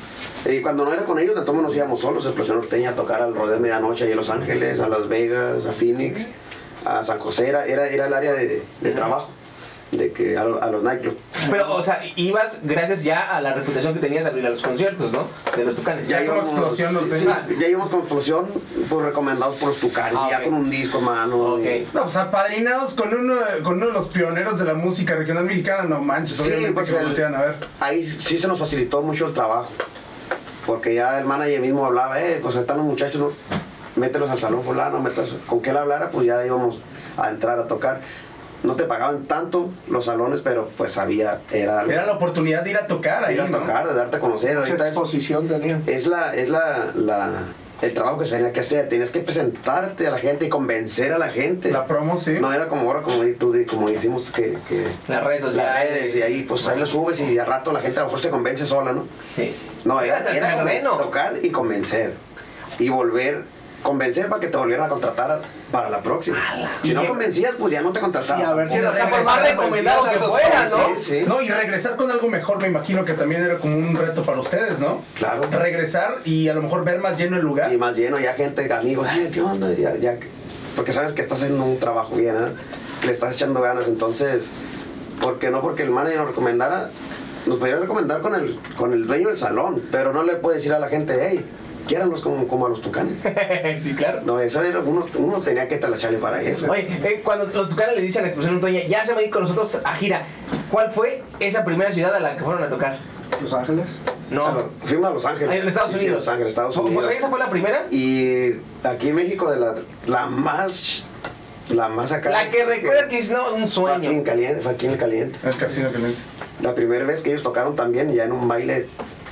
Y cuando no era con ellos, de todos nos íbamos solos, Explosión Norteña, a tocar al rodeo de medianoche ahí en Los Ángeles, a Las Vegas, a Phoenix, a San José, era, era, era el área de, de trabajo, de que a, a los nightclubs. Pero, o sea, ibas gracias ya a la reputación que tenías de abrir a los conciertos, ¿no? De los Tucanes. Ya como íbamos, Explosión sí, Norteña. sí, ya íbamos con Explosión, pues recomendados por los Tucanes, Ah, ya ok. con un disco en mano. Ok. No, pues apadrinados con uno, con uno de los pioneros de la música regional mexicana, no manches, Sí, obviamente pues que lo el- voltean a ver. Ahí sí se nos facilitó mucho el trabajo, porque ya el manager mismo hablaba, eh, pues ahí están los muchachos, ¿no? Mételos al salón fulano, mételos. Con que él hablara, pues ya íbamos a entrar a tocar. No te pagaban tanto los salones, pero pues había, era, Era la oportunidad de ir a tocar ahí, ir a ¿no? tocar, de darte a conocer. Mucha Ahorita es, exposición tenían. es la, es la, la, el trabajo que se tenía que hacer. Tienes que presentarte a la gente y convencer a la gente. La promo, sí. No era como ahora, como, di- tú di- como decimos que, que Las redes las sociales. redes, y ahí pues ahí lo subes y al rato la gente a lo mejor se convence sola, ¿no? Sí. No, era, Era era conven- terreno. tocar y convencer. Y volver, convencer para que te volvieran a contratar para la próxima. Si no Y- convencías, pues ya no te contrataban. Y a ver si O sea, por más regresaban recomendado que convencidos a fuera, los- ¿no? Sí, sí. No, y regresar con algo mejor, me imagino que también era como un reto para ustedes, ¿no? Claro. Regresar y a lo mejor ver más lleno el lugar. Y más lleno, ya gente, amigos, ay, ¿qué onda? Ya, ya, porque sabes que estás haciendo un trabajo bien, ¿eh? Que le estás echando ganas, entonces, porque no porque el manager nos recomendara, nos podría recomendar con el, con el dueño del salón, pero no le puede decir a la gente, hey, quiéranlos como, como a los Tucanes. Sí, claro. No, eso era, uno, uno tenía que talacharle para eso. Oye, eh, cuando los Tucanes le dicen a Explosión Norteña, ya se van a ir con nosotros a gira, ¿cuál fue esa primera ciudad a la que fueron a tocar? Los Ángeles. No. A lo- fuimos a Los Ángeles. Ahí en Estados Sí, sí, Unidos. Los Ángeles, Estados ¿Fue- Unidos. ¿Esa fue la primera? Y aquí en México, de la, la más, la más acá. La que recuerdas que es no, un Fue aquí en sueño. Caliente, fue aquí en el Caliente. El casino caliente. La primera vez que ellos tocaron también, ya en un baile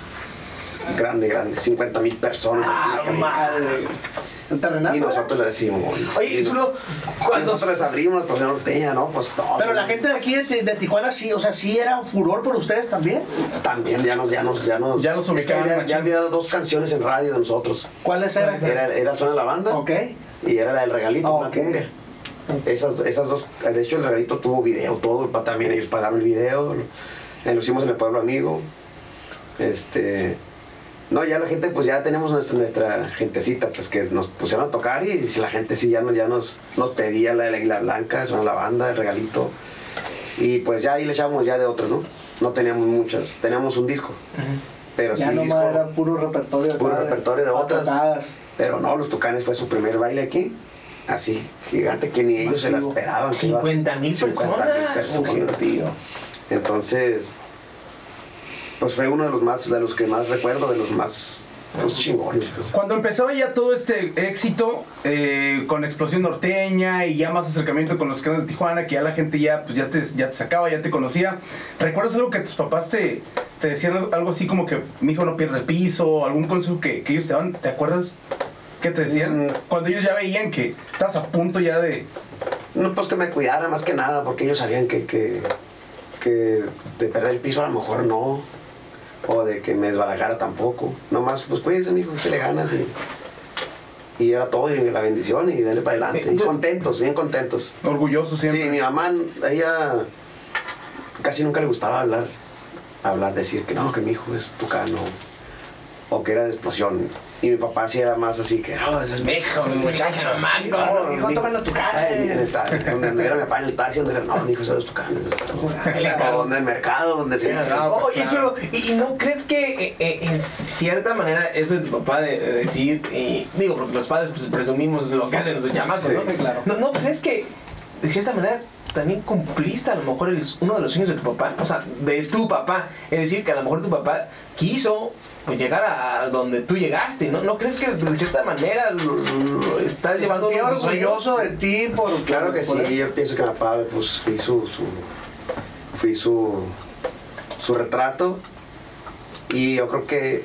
grande, grande, cincuenta mil personas. Ah, aquí en el madre. El Y terrenazo. nosotros le decimos. Oye, y solo nos- cuando... nosotros les abrimos, pues norteña, ¿no? Pues todo. Pero la gente de aquí de, de Tijuana sí, o sea, sí era un furor por ustedes también. También ya nos, ya nos, ya nos. Ya nos es que ubicaban, había, machín. ya había dos canciones en radio de nosotros. ¿Cuáles eran? Era, era el Suena la Banda. Ok. Y era la del regalito, una Ok. cumbia. Esas, esas dos, de hecho el regalito tuvo video, todo, pa- también ellos pagaron el video, lo, eh, lo hicimos en el Pueblo Amigo. Este, no, ya la gente, pues ya tenemos nuestra, nuestra gentecita, pues que nos pusieron a tocar y la gente sí ya, nos, ya nos, nos pedía la de la Águila Blanca, Suena la Banda, el regalito. Y pues ya ahí le echábamos ya de otros, ¿no? No teníamos muchas, teníamos un disco. Pero Ya sí, nomás disco- era puro repertorio. Puro acá repertorio de otras. patadas. Pero no, los Tucanes fue su primer baile aquí. Así, gigante, que ni ellos se la Masivo. esperaban. que iba- cincuenta mil cincuenta mil personas. personas, tío. Entonces, pues fue uno de los más, de los que más recuerdo, de los más pues, chingones. pues. Cuando empezaba ya todo este éxito eh, con Explosión Norteña y ya más acercamiento con los canales de Tijuana, que ya la gente ya, pues, ya, te, ya te sacaba, ya te conocía, ¿recuerdas algo que tus papás te, te decían algo así como que mi hijo no pierde el piso, algún consejo que, que ellos te daban? ¿Te acuerdas? ¿Qué te decían? Mm. Cuando ellos ya veían que estás a punto ya de... No, pues que me cuidara más que nada, porque ellos sabían que, que, que de perder el piso a lo mejor no, o de que me desbalagara tampoco. Nomás, pues cuídese, mijo, que le ganas y, y era todo, y la bendición, y dale para adelante. Y contentos, bien contentos. Orgulloso siempre. Sí, mi mamá, ella casi nunca le gustaba hablar, hablar, decir que no, que mi hijo es tucano, o que era de Explosión. Y mi papá sí era más así que, no, ese es mi hijo, mi muchacho, chamaco, no, mi hijo mi- toca en los Tucanes. Ay, en el taxi, donde anduviera mi papá en el taxi, donde era, no, mi hijo es de los Tucanes. O donde en el mercado, donde sea. No, pues, Oye, claro. solo, ¿y y no crees que eh, eh, en cierta manera eso de tu papá de, de decir, y, digo, porque los padres pues, presumimos lo que hacen los chamacos, ¿no? Sí, claro. ¿no? ¿No crees que de cierta manera también cumpliste a lo mejor el- uno de los sueños de tu papá? O sea, de tu papá. Es decir, que a lo mejor tu papá quiso pues, llegar a donde tú llegaste, ¿no? ¿No crees que de cierta manera lo, lo estás llevando Qué uno de tus sueños? orgulloso de ti por... Claro que por- sí, yo pienso que mi papá, pues fui su, su, fui su, su retrato, y yo creo que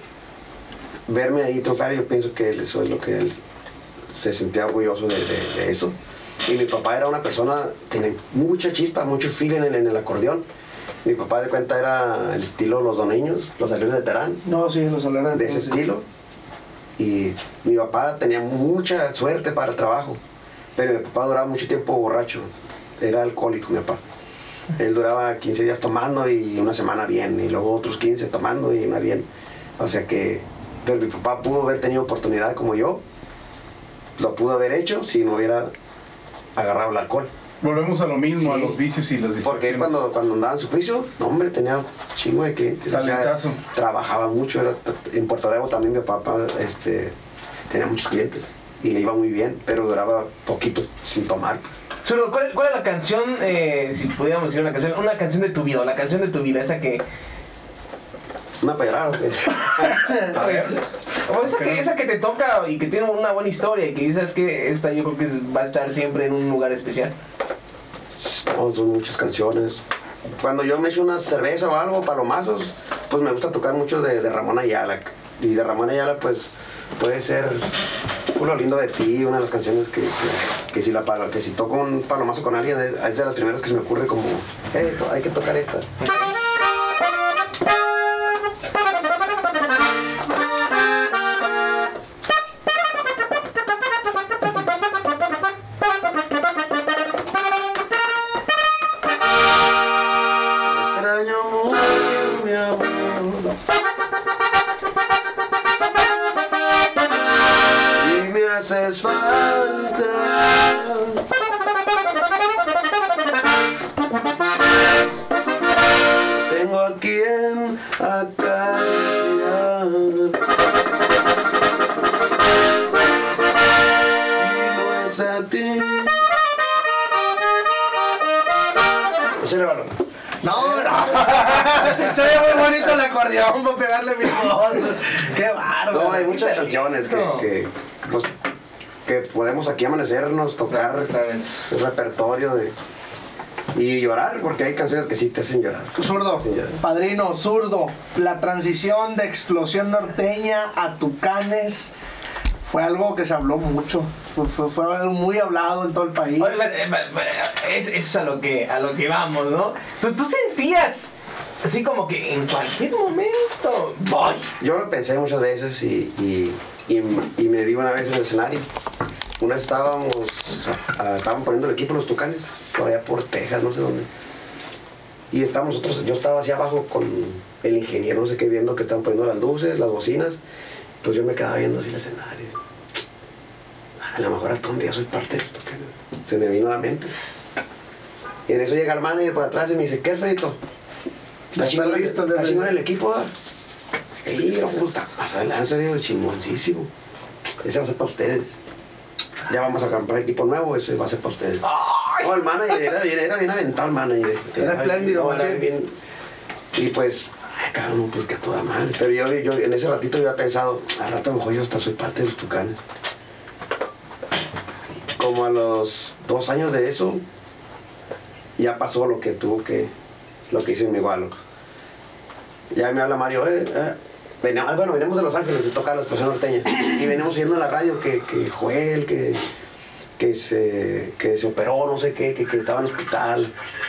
verme ahí triunfar, yo pienso que eso es lo que él se sentía orgulloso de, de- de eso. Y mi papá era una persona, tenía mucha chispa, mucho feeling en, en el acordeón. Mi papá de cuenta era el estilo Los Doneños, Los Alerones de Terán. No, sí, los alerones De ese sí. estilo. Y mi papá tenía mucha suerte para el trabajo. Pero mi papá duraba mucho tiempo borracho. Era alcohólico mi papá. Él duraba quince días tomando y una semana bien. Y luego otros quince tomando y una bien. O sea que... Pero mi papá pudo haber tenido oportunidad como yo. Lo pudo haber hecho si no hubiera agarrado el alcohol. Volvemos a lo mismo, Sí. a los vicios y las Porque distracciones. él cuando, cuando andaba en su juicio, no, hombre, tenía un chingo de clientes. O sea, Talentazo. trabajaba mucho. Era, en Puerto Rico también mi papá este, tenía muchos clientes. Y le iba muy bien, pero duraba poquito sin tomar. Zurdo, ¿cuál, ¿cuál es la canción, eh, si pudiéramos decir una canción, una canción de tu vida, la canción de tu vida, esa que... Una pedrada, ¿o qué? A ver. O esa que, esa que te toca y que tiene una buena historia y que dices que esta yo creo que es- va a estar siempre en un lugar especial. No, son muchas canciones. Cuando yo me echo una cerveza o algo, palomazos, pues me gusta tocar mucho de, de Ramón Ayala. Y de Ramón Ayala, pues, puede ser Lo lindo de ti, una de las canciones que, que, que, si, la, palo- que si toco un palomazo con alguien, es, es de las primeras que se me ocurre como, hey, to- hay que tocar esta. Extraño mucho, mi amor. Y me haces falta. Tengo a quien acariciar. Y no es a ti. Ese le valor. No, no. Se ve muy bonito el acordeón para pegarle mi voz. Qué bárbaro. No, hay muchas canciones que, No. que, pues, que podemos aquí amanecernos, tocar el repertorio de, y llorar, porque hay canciones que sí te hacen llorar. Zurdo, Sí, ya. padrino, zurdo, la transición de Explosión Norteña a Tucanes fue algo que se habló mucho, fue, fue, fue algo muy hablado en todo el país. Oye, eh, eh, Es, es a lo que a lo que vamos, ¿no? Tú, tú sentías así como que en cualquier momento voy. Yo lo pensé muchas veces y, y, y, y me vi una vez en el escenario. Una vez estábamos, ah, estaban poniendo el equipo los Tucanes, por allá por Texas, no sé dónde. Y estábamos nosotros, yo estaba hacia abajo con el ingeniero, no sé qué, viendo que estaban poniendo las luces, las bocinas. Pues yo me quedaba viendo así el escenario. A lo mejor hasta un día soy parte de esto. que Se me vino a la mente. Y en eso llega el manager por atrás y me dice, ¿qué, Alfredito? ¿Está Está chingón, listo, ¿está ¿no? chingón el equipo? ah?" Ey, no, pues está más adelante, digo, chingoncísimo. Ese va a ser para ustedes. Ya vamos a comprar equipo nuevo, ese va a ser para ustedes. No, el manager era, bien- era bien aventado el manager. Era espléndido, no, era macho. bien. Y pues, ay, cabrón, pues que a toda madre. Pero yo, yo en ese ratito yo había pensado, al rato a lo mejor yo hasta soy parte de los Tucanes. Como a los dos años de eso, ya pasó lo que tuvo que, lo que hizo en mi igualo. Ya me habla Mario, eh, eh, venimos, bueno, venimos de Los Ángeles de tocar la explosión norteña. Y venimos oyendo en la radio que, que Joel, que, que, se, que se operó, no sé qué, que, que estaba en el hospital.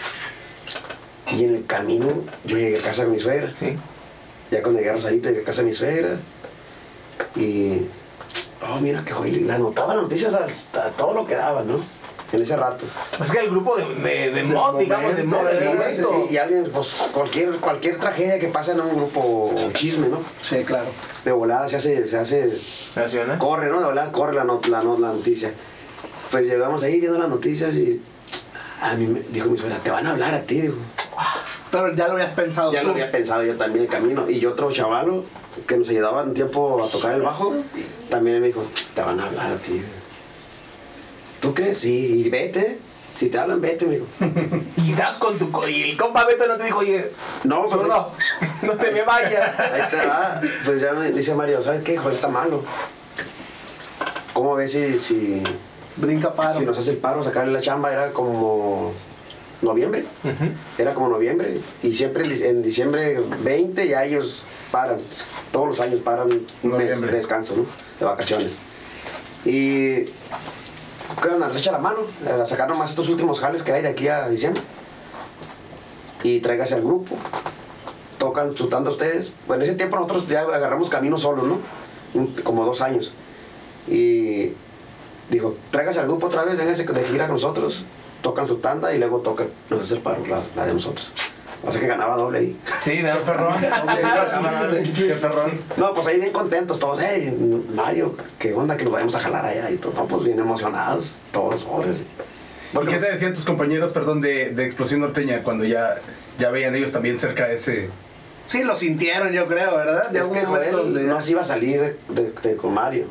Y en el camino yo llegué a casa de mi suegra. Sí. Ya cuando llegué a Rosarito, llegué a casa de mi suegra. Y, oh, mira que Joel, le anotaba las noticias hasta todo lo que daba, ¿no? En ese rato. Pues que el grupo de, de, de mod, digamos, de mod Sí, del sí, momento. sí, y alguien, pues cualquier, cualquier tragedia que pasa en un grupo chisme, ¿no? Sí, claro. De volada se hace, se hace, ¿Nacional? corre, ¿no? De volada corre la, not- la, not- la noticia. Pues llegamos ahí viendo las noticias y a mí me dijo mi suegra, te van a hablar a ti, dijo. Pero ya lo habías pensado Ya tú. lo había pensado yo también el camino. Y yo otro chavalo que nos ayudaba un tiempo a tocar el bajo, también me dijo, te van a hablar a ti. ¿Tú crees? Sí, y vete. Si te hablan, vete, me dijo. Y das con tu... co- Y el compa Beto no te dijo, oye, No, pues Zurdo, no te me vayas. ahí te va. Pues ya me dice Mario, ¿sabes qué? Joder, está malo. ¿Cómo ves si, si, Brinca paro. si nos hace el paro, sacarle la chamba? Era como noviembre. Era como noviembre. Y siempre en diciembre veinte ya ellos paran. Todos los años paran un mes Noviembre. de descanso, ¿no? De vacaciones. Y ¿qué onda? Nos echa la mano a sacar nomás estos últimos jales que hay de aquí a diciembre. Y tráigase al grupo. Tocan, chutando ustedes. Bueno, en ese tiempo nosotros ya agarramos camino solos, ¿no? Un, como dos años. Y dijo, tráigase al grupo otra vez, véngase de gira con nosotros. Tocan su tanda y luego tocan, nos hace el paro, la, la de nosotros. O sea que ganaba doble ahí. Sí, de perrón. Qué perrón. No, pues ahí bien contentos todos. Hey, Mario, ¿qué onda que nos vayamos a jalar allá? Y todos, no, pues bien emocionados, todos, horas. ¿Y qué te decían tus compañeros, perdón, de, de Explosión Norteña cuando ya, ya veían ellos también cerca de ese... Sí, lo sintieron, yo creo, ¿verdad? Es que Joel no se iba a salir de, de, de, con Mario.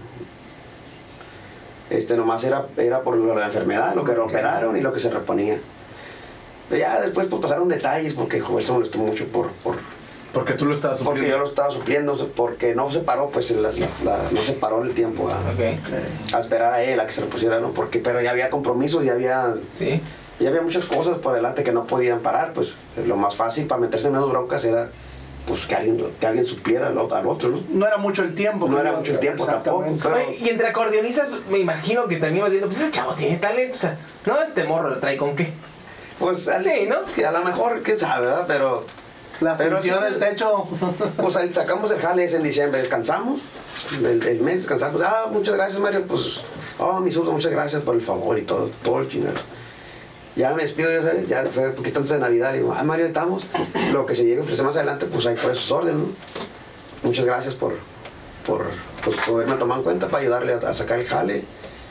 Este, nomás era, era por la enfermedad, lo que lo operaron y lo que se reponía. Pero ya después pues, pasaron detalles porque Joel se molestó mucho por... por porque tú lo estabas supliendo. Porque yo lo estaba supliendo, porque no se paró, pues la, la, la, no se paró el tiempo a, okay. a esperar a él, a que se le pusiera, ¿no? Porque, pero ya había compromisos, ya había... Sí. Ya había muchas cosas por delante que no podían parar, pues lo más fácil para meterse en menos broncas era pues que alguien, que alguien supliera al, al otro, ¿no? No era mucho el tiempo. No era mucho el tiempo tampoco. Pero... Oye, y entre acordeonistas me imagino que también vas viendo, pues ese chavo tiene talento, o sea, no, este morro lo trae con qué. Pues así, sí, ¿no? Que a lo mejor, quién sabe, ¿verdad? Pero... La pero sintió en el techo. Pues ahí sacamos el jale ese en diciembre, descansamos, el, el mes descansamos. Ah, muchas gracias, Mario, pues, oh, mi Suso, muchas gracias por el favor y todo, todo el chingado. Ya me despido, ya sabes, ya fue un poquito antes de Navidad, le digo, ah, Mario, estamos, lo que se llegue a ofrecer más adelante, pues ahí por sus órdenes, ¿no? Muchas gracias por, por pues, poderme tomar en cuenta para ayudarle a, a sacar el jale.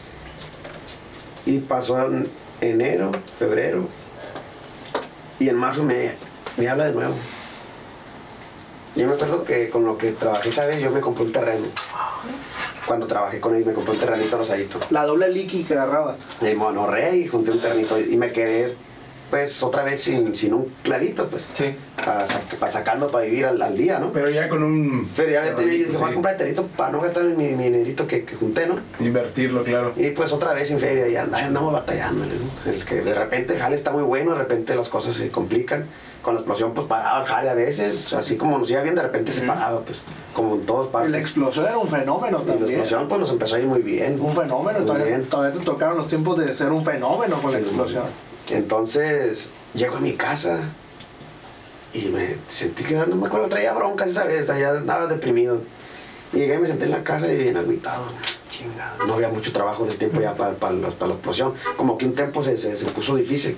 Y pasó en enero, febrero, y en marzo me, me habla de nuevo. Yo me acuerdo que con lo que trabajé esa vez, yo me compré un terreno. Cuando trabajé con él, me compré un terrenito rosadito. La doble liqui que agarraba. Me monorré y junté un terrenito y me quedé, pues, otra vez sin, sin un clavito, pues. Sí. Para, para sacando para vivir al, al día, ¿no? Pero ya con un... Pero ya me tenía, yo dije, sí. voy a comprar el terrenito para no gastar mi, mi dinerito que, que junté, ¿no? Invertirlo, claro. Y pues otra vez en feria y andamos batallándole, ¿no? El que de repente el jale está muy bueno, de repente las cosas se complican. Con la explosión, pues paraba el jale a veces, así como nos iba bien, de repente se paraba, pues, como en todas partes. Y la explosión era un fenómeno Y también. la explosión, pues, nos empezó a ir muy bien. Un fenómeno, muy todavía, bien. todavía te tocaron los tiempos de ser un fenómeno con Sí. la explosión. Entonces, llego a mi casa y me sentí que, no me acuerdo, traía broncas esa vez, traía, andaba deprimido. Y llegué y me senté en la casa y bien agüitado, chingada. No había mucho trabajo en el tiempo ya para, para, la, para la explosión. Como que un tiempo se, se, se puso difícil.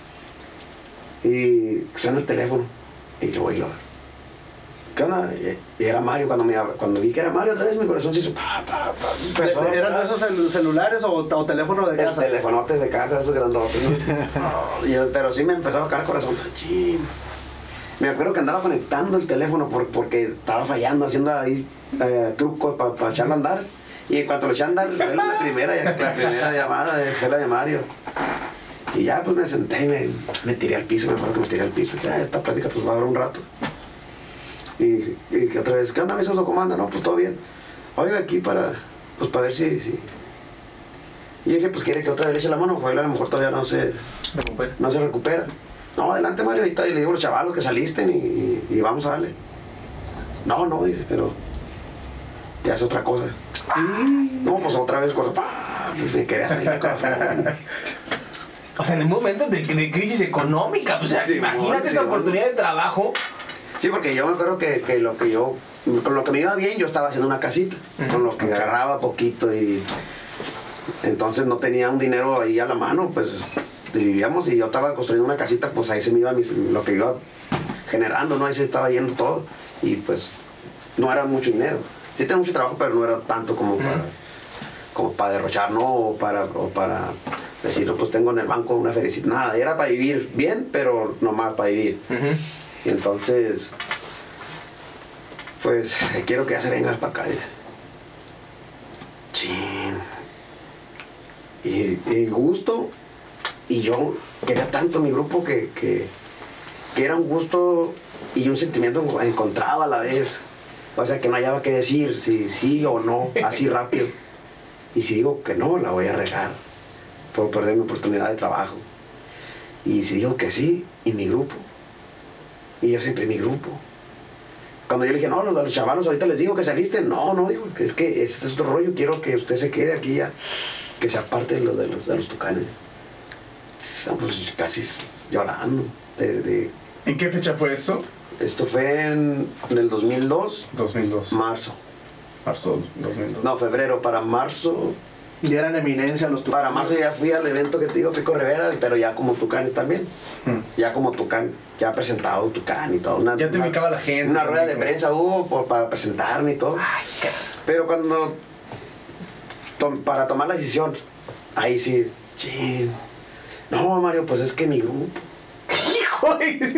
Y suena el teléfono. Y yo voy y lo... ¿Qué onda? Y era Mario cuando me cuando vi que era Mario otra vez mi corazón se hizo... Pa, pa, pa, empezó a- ¿Eran de esos cel- celulares o, o teléfono de el casa? telefonotes de casa, esos grandotes, ¿no? Y yo- pero sí me empezó a tocar el corazón. Chin. Me acuerdo que andaba conectando el teléfono por- porque estaba fallando, haciendo ahí eh, trucos para pa echarlo a andar. Y en cuanto lo eché a andar, fue la primera, la primera llamada, de- fue la de Mario. Y ya pues me senté y me, me tiré al piso, me acuerdo que me tiré al piso. Ya, esta plática pues va a durar un rato. Y, y que otra vez, ¿qué onda, mi Suso? ¿Cómo anda? No, pues todo bien. Oiga, aquí para, pues para ver si, si... Y dije, pues quiere que otra vez le eche la mano, pues a lo mejor todavía no se, Recupera. no se recupera. No, adelante Mario, ahorita y le digo a los chavalos que salisten y, y, y vamos a darle. No, no, dice, pero ya es otra cosa. No, pues otra vez, cosa, ¡pah! Pues me quería salir de corazón. O sea, en el momento de, de crisis económica, pues, o sea, Sí, imagínate sí, esa sí. oportunidad de trabajo. Sí, porque yo me acuerdo que, que lo que yo, con lo que me iba bien, yo estaba haciendo una casita, Ujú. con lo que agarraba poquito y entonces no tenía un dinero ahí a la mano, pues vivíamos y yo estaba construyendo una casita, pues ahí se me iba mis- lo que iba generando, ¿no? Ahí se estaba yendo todo y pues no era mucho dinero. Sí tenía mucho trabajo, pero no era tanto como para, Ujú. como para derrochar, ¿no? O para, o para decir, no, pues tengo en el banco una felicidad. Nada, era para vivir bien, pero no más para vivir. Ujú. Y entonces, pues, quiero que ya se vengas para acá, dice. Chin. Y, y gusto, y yo quería tanto mi grupo que, que, que era un gusto y un sentimiento encontrado a la vez. O sea, que no hallaba qué decir, si sí o no, así rápido. Y si digo que no, la voy a regar. Puedo perder mi oportunidad de trabajo. Y si digo que sí, y mi grupo. Y yo siempre mi grupo. Cuando yo le dije, no, los, los chavalos ahorita les digo que saliste. No, no, digo, es que ese es otro rollo, quiero que usted se quede aquí ya. que sea parte de los, de los, de los Tucanes. Estamos casi llorando. De, de, ¿En qué fecha fue eso? Esto fue en, en el dos mil dos, dos mil dos. marzo. Marzo dos mil dos. No, febrero, para marzo. Y eran eminencia los Para Tucanes. marzo ya fui al evento que te digo, Pico Rivera, pero ya como Tucanes también. Hmm. Ya como Tucán, ya presentado Tucán y todo. Una, Ya te una- ubicaba la gente. Una rueda de también. prensa hubo por- para presentarme y todo. Ay, cara. Pero cuando, to- para tomar la decisión, ahí sí, sí. No, Mario, pues es que mi grupo. Hijo,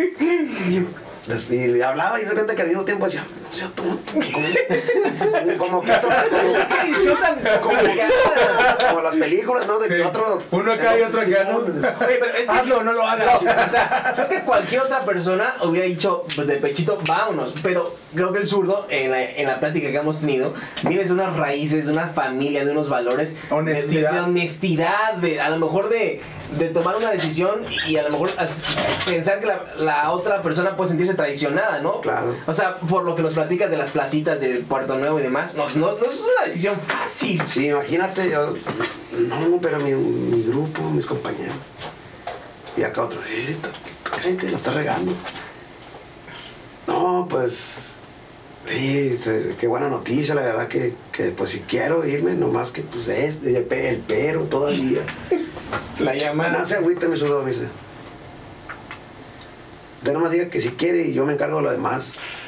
y le hablaba y de repente que al mismo tiempo decía, no sea tonto. Como, como que otro, como, como, como las películas, ¿no? De que Sí. otro. Uno acá y otro acá, ¿no? Oye, pero es que- Hazlo, no lo hagas. O sea, creo que cualquier otra persona hubiera dicho, pues de pechito, vámonos. Pero creo que el zurdo, en la, en la plática que hemos tenido, viene de unas raíces, de una familia, de unos valores. Honestidad. De, de honestidad, de, a lo mejor de, de tomar una decisión y a lo mejor as- pensar que la, la otra persona puede sentirse traicionada, ¿no? Claro. O sea, por lo que nos platicas de las placitas de Puerto Nuevo y demás, no, no, no es una decisión fácil. Sí, imagínate, yo. No, pero mi, mi grupo, mis compañeros. Y acá otro, eh, t- t- cállate, la está regando. No, pues. Sí, te- qué buena noticia, la verdad que, que pues si quiero irme, nomás que pues es, el, pe- el pero todavía. La llamada. No se agüita mi sudor, me dice. Usted nomás diga que si quiere y yo me encargo de lo demás.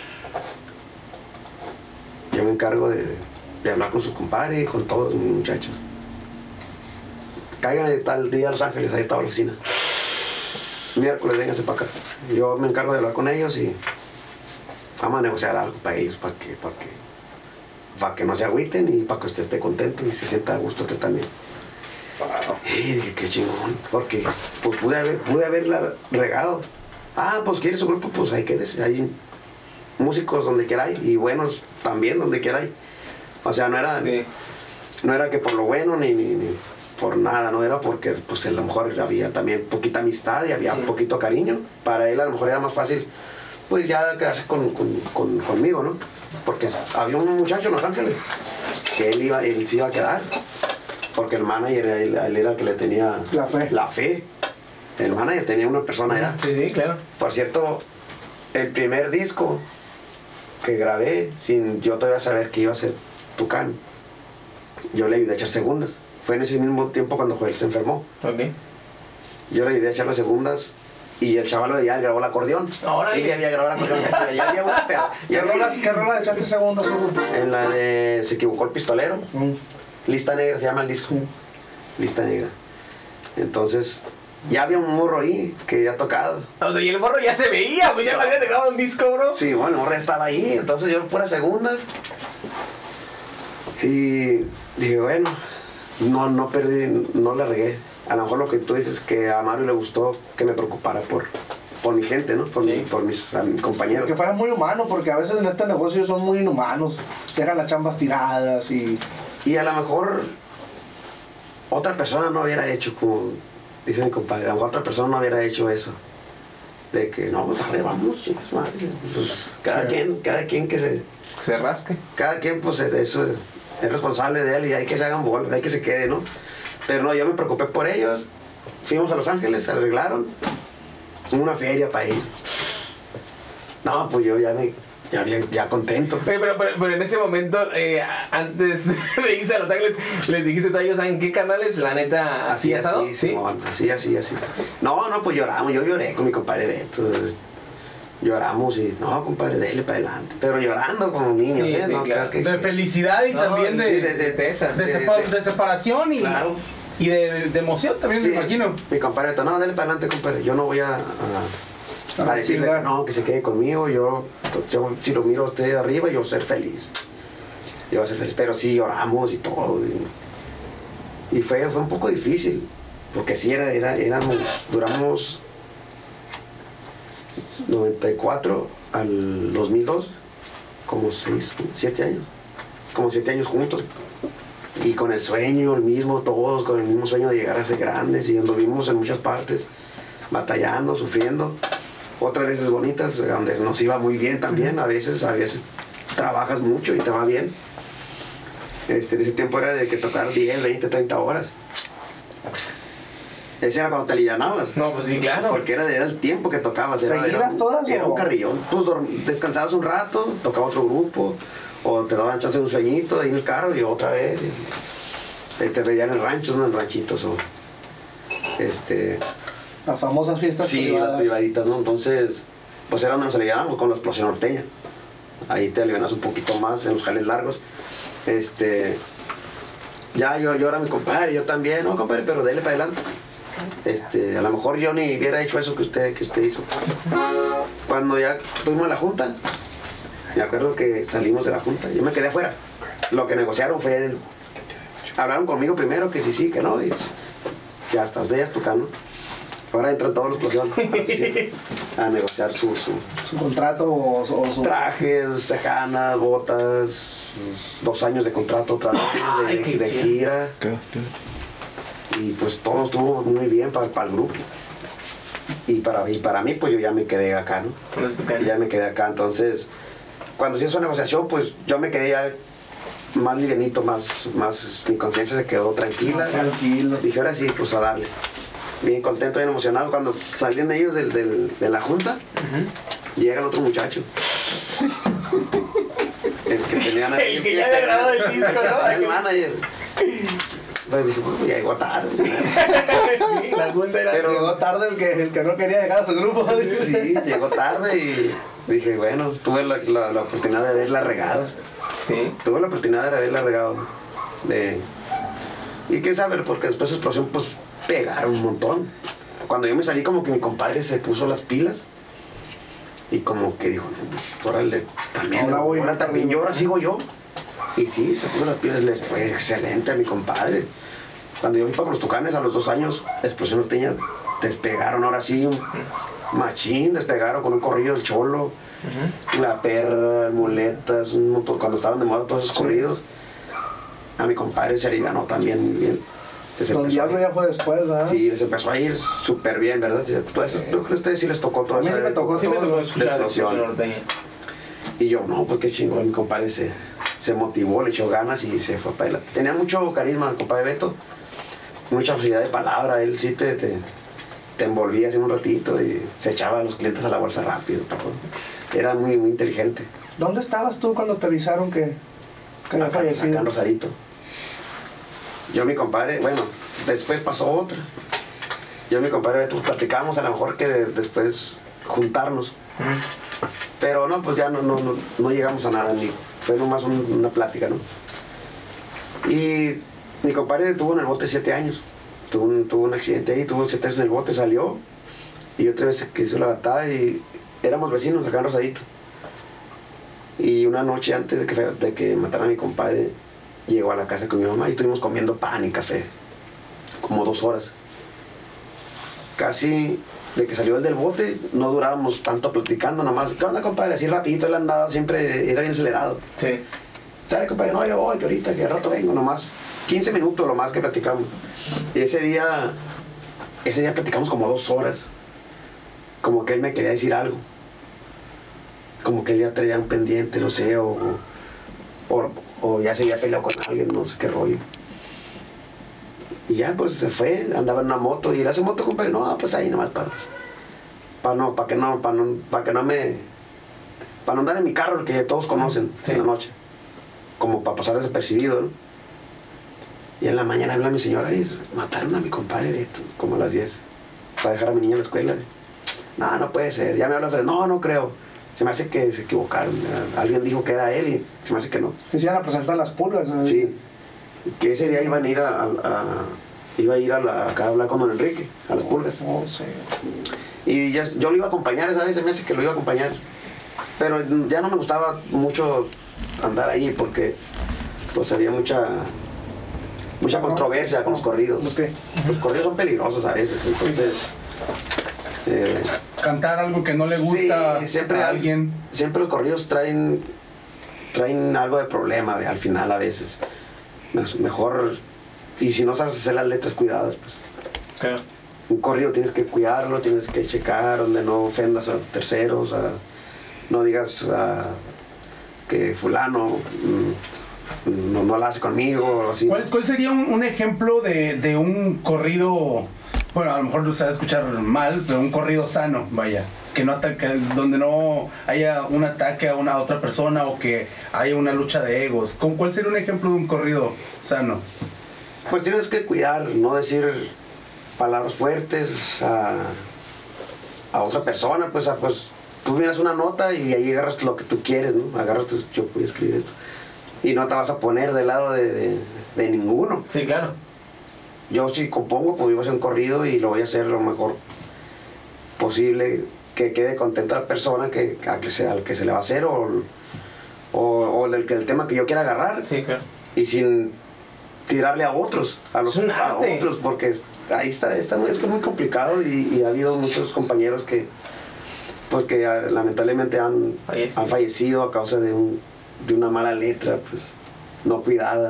Yo me encargo de, de hablar con su compadre y con todos mis muchachos. Caigan el tal día a Los Ángeles, ahí estaba la oficina. Miércoles, vénganse para acá. Yo me encargo de hablar con ellos y vamos a negociar algo para ellos, para que, para que, para que no se agüiten y para que usted esté contento y se sienta a gusto usted también. Y dije, qué chingón, porque pues, pude, haber, pude haberla regado. Ah, pues quiere su grupo, pues ahí quédese. Hay músicos donde quiera hay y buenos también donde quiera hay. O sea, no era, Sí. no era que por lo bueno ni, ni, ni por nada, no era porque pues a lo mejor había también poquita amistad y había Sí. poquito cariño. Para él a lo mejor era más fácil pues ya quedarse con, con, con- conmigo, ¿no? Porque había un muchacho en Los Ángeles que él iba, él se iba a quedar. Porque el manager, él, él era el que le tenía La fe. la fe. El manager tenía una persona allá. Sí, sí, claro. Por cierto, el primer disco que grabé, sin yo todavía saber que iba a ser Tucán, yo le ayudé a echar segundas. Fue en ese mismo tiempo cuando Joel se enfermó. Ok. Yo le ayudé a echar las segundas y el chaval de allá grabó el acordeón. Órale. Él ya había grabado el acordeón. pero ya había una, pero ¿Qué ya rola, había, ¿Qué rola echaste segundos, Hugo? en la de Se equivocó el pistolero. Mm. Lista Negra se llama el disco. Lista Negra. Entonces, ya había un morro ahí que ya tocado. O sea, y el morro ya se veía, pues ya le había dejado un disco, bro. Sí, bueno, el morro ya estaba ahí. Entonces yo puras segundas. Y dije, bueno, no, no perdí, no la regué. A lo mejor lo que tú dices que a Mario le gustó que me preocupara por, por mi gente, ¿no? Por, Sí. mi- por mis, a mis compañeros. Que fuera muy humano, porque a veces en este negocio son muy inhumanos. Dejan las chambas tiradas y... Y a lo mejor otra persona no hubiera hecho, como dice mi compadre, a lo mejor otra persona no hubiera hecho eso. De que, no, pues arre, vamos, chicas, madre. Pues, cada Sí. quien, cada quien que se... Se rasque. Cada quien, pues, eso es, es responsable de él y hay que se hagan bolas, hay que se quede, ¿no? Pero no, yo me preocupé por ellos. Fuimos a Los Ángeles, se arreglaron. Una feria para ir. No, pues yo ya me... Ya, bien, ya contento. Oye, pero, pero, pero en ese momento, eh, antes de irse a Los Ángeles, les dijiste tú a ellos, ¿saben qué canales? La neta, así asado. así, Simón, así, así, así. No, no, pues lloramos, yo lloré con mi compadre Beto. Lloramos y, no, compadre, déle para adelante. Pero llorando como niños, Sí, ¿eh? sí, no, claro. creas que... De felicidad y No, también de, sí, de, de- de tristeza. de De- sepa- de- de separación y, Claro. y de, de emoción también, Sí, me imagino. Mi compadre Beto, no, déle para adelante, compadre. Yo no voy a... a A a decirle chingar. que no, que se quede conmigo, yo, yo si lo miro a usted de arriba, yo voy a ser feliz. Yo voy a ser feliz, pero sí lloramos y todo. Y, y fue, fue un poco difícil, porque sí era, era, éramos, duramos noventa y cuatro al dos mil dos, como seis, siete años, como siete años juntos. Y con el sueño, el mismo, todos con el mismo sueño de llegar a ser grandes y anduvimos en muchas partes, batallando, sufriendo. Otras veces bonitas, donde nos iba muy bien también, a veces, a veces trabajas mucho y te va bien. Este, en ese tiempo era de que tocar diez, veinte, treinta horas. Ese era cuando te alivianabas. No, pues sí, claro. Porque era, era el tiempo que tocabas. Era, ¿Seguidas era, todas, Era o? un carrillón. Pues dorm- descansabas un rato, tocaba otro grupo, o te daban chance de un sueñito ahí en el carro y otra vez. Y así. Te veían en ranchos, no en ranchitos. O, este, Las famosas fiestas sí, privadas. las privaditas, ¿no? Entonces, pues era donde nos aliviábamos con la explosión norteña. Ahí te alivianas un poquito más en los jales largos. Este, ya yo, yo era mi compadre, yo también, no compadre, pero dele para adelante. Este, a lo mejor yo ni hubiera hecho eso que usted, que usted hizo. Cuando ya tuvimos la junta, me acuerdo que salimos de la junta, yo me quedé afuera. Lo que negociaron fue, el- hablaron conmigo primero que sí, sí, que no, y ya hasta usted ya es tucano. Ahora entran todos los explosión a negociar su, su Su contrato o, o su... trajes, tejanas, botas, dos años de contrato otra vez, Ay, de, qué de chido. gira. Y pues todo estuvo muy bien para, para el grupo. Y para, y para mí, pues yo ya me quedé acá, ¿no? No es tu Y cara. ya me quedé acá. Entonces, cuando se hizo negociación, pues yo me quedé ya más livianito, más, más, mi conciencia se quedó tranquila. Más tranquilo. Dije, ahora sí, pues a darle. Bien contento, bien emocionado. Cuando salían ellos del, del- de la junta, llega el otro muchacho. El que tenían ahí. El que ya había grabado el disco, ¿no? El manager. Entonces dije, pues ya llegó tarde. Sí, la junta era... Pero- Llegó tarde el que, el que no quería dejar a su grupo. Sí, llegó tarde y dije, bueno, tuve la, la, la oportunidad de haberla regado. Sí. Tuve la oportunidad de haberla regado. De... Y quién sabe, porque después de esa explosión, pues pegaron un montón. Cuando yo me salí, como que mi compadre se puso las pilas. Y como que dijo, no, pues órale, también, Ahora voy ahora más también yo, arriba. ahora sigo yo. Y sí, se puso las pilas, le fue excelente a mi compadre. Cuando yo fui para los Tucanes a los dos años, Explosión Norteña despegaron ahora sí un machín, despegaron con un corrido del Cholo, La Perra, Muletas, un montón, cuando estaban de moda todos esos corridos. A mi compadre se le ganó también muy bien. Les Don empezó Diablo a ir- ya fue después, ¿verdad? Sí, les empezó a ir súper bien, ¿verdad? Todo eso, yo creo que a ustedes sí les tocó todo A mí sí me tocó, Sí me tocó escuchar de Explosión explosión. Norteña. Y yo, no, pues qué chingón, mi compadre se, se motivó, le echó ganas y se fue para adelante. Tenía mucho carisma el compadre Beto, mucha facilidad de palabra, él sí te, te, te envolvía así un ratito y se echaba a los clientes a la bolsa rápido, todo. Era muy, muy inteligente. ¿Dónde estabas tú cuando te avisaron que, que había Acá, acá fallecido? en Rosarito. Yo, mi compadre, bueno, después pasó otra. Yo, mi compadre Beto, platicamos a lo mejor que de- después juntarnos. Pero no, pues ya no, no, no, no llegamos a nada, ni fue nomás un- una plática, ¿no? Y mi compadre tuvo en el bote siete años. Tuvo un, tuvo un accidente ahí, tuvo siete años en el bote, salió. Y otra vez que hizo la batalla y éramos vecinos acá en Rosadito. Y una noche antes de que, fe- de que mataran a mi compadre, llegó a la casa con mi mamá y estuvimos comiendo pan y café. Como dos horas. Casi de que salió el del bote, no durábamos tanto platicando, nomás. ¿Qué onda, compadre? Así rapidito, él andaba siempre, era bien acelerado. Sí. ¿Sabe, compadre? No, yo voy, que ahorita, que al rato vengo, nomás. quince minutos lo más que platicamos. Y ese día, ese día platicamos como dos horas. Como que él me quería decir algo. Como que él ya traía un pendiente, no sé, o, o, o ya se había peleado con alguien, no sé qué rollo. Y ya pues se fue, andaba en una moto y le hace moto, compadre, no, pues ahí nomás para pa no, para que no, para no, para que no me, para no andar en mi carro, el que todos conocen Sí. en la noche, como para pasar desapercibido, ¿no? Y en la mañana habla mi señora y dice, mataron a mi compadre, Beto, como a las diez, para dejar a mi niña en la escuela. No, no puede ser, ya me habla, no, no creo, se me hace que se equivocaron, alguien dijo que era él y se me hace que no. Que se iban a presentar las pulgas. ¿no? Sí, que ese día iban a ir a, a- a- iba a ir a, la, acá a hablar con don Enrique, a las pulgas. No sé. Y ya- yo lo iba a acompañar, esa vez se me hace que lo iba a acompañar. Pero ya no me gustaba mucho andar ahí porque pues había mucha mucha controversia con los corridos. Ok. Los corridos son peligrosos a veces, entonces eh, Cantar algo que no le gusta sí, siempre a al- alguien. Siempre los corridos traen traen algo de problema ve, al final a veces. Mes- Mejor, y si no sabes hacer las letras cuidadas, pues. Claro. Un corrido tienes que cuidarlo, tienes que checar donde no ofendas a terceros, a- no digas a, que fulano mm, no, no la hace conmigo o así. ¿Cuál, cuál sería un, un ejemplo de, de un corrido, bueno, a lo mejor lo sabe escuchar mal, pero un corrido sano, vaya, que no ataca, donde no haya un ataque a una otra persona o que haya una lucha de egos? ¿Cuál sería un ejemplo de un corrido sano? Pues tienes que cuidar, no decir palabras fuertes a, a otra persona, pues, a, pues tú miras una nota y ahí agarras lo que tú quieres, ¿no? Agarras, tu, yo voy a escribir esto. Y no te vas a poner del lado de, de, de ninguno. Sí, claro. Yo si compongo, pues voy a hacer un corrido y lo voy a hacer lo mejor posible, que quede contenta la persona que, a que se, al que se le va a hacer o, o, o del que el tema que yo quiera agarrar. Sí, claro. Y sin tirarle a otros, a los Es un a arte. otros, porque ahí está, está muy, es muy complicado y, y ha habido muchos compañeros que pues que ah, lamentablemente han, Fallecido. han fallecido a causa de, un, de una mala letra, pues no cuidada.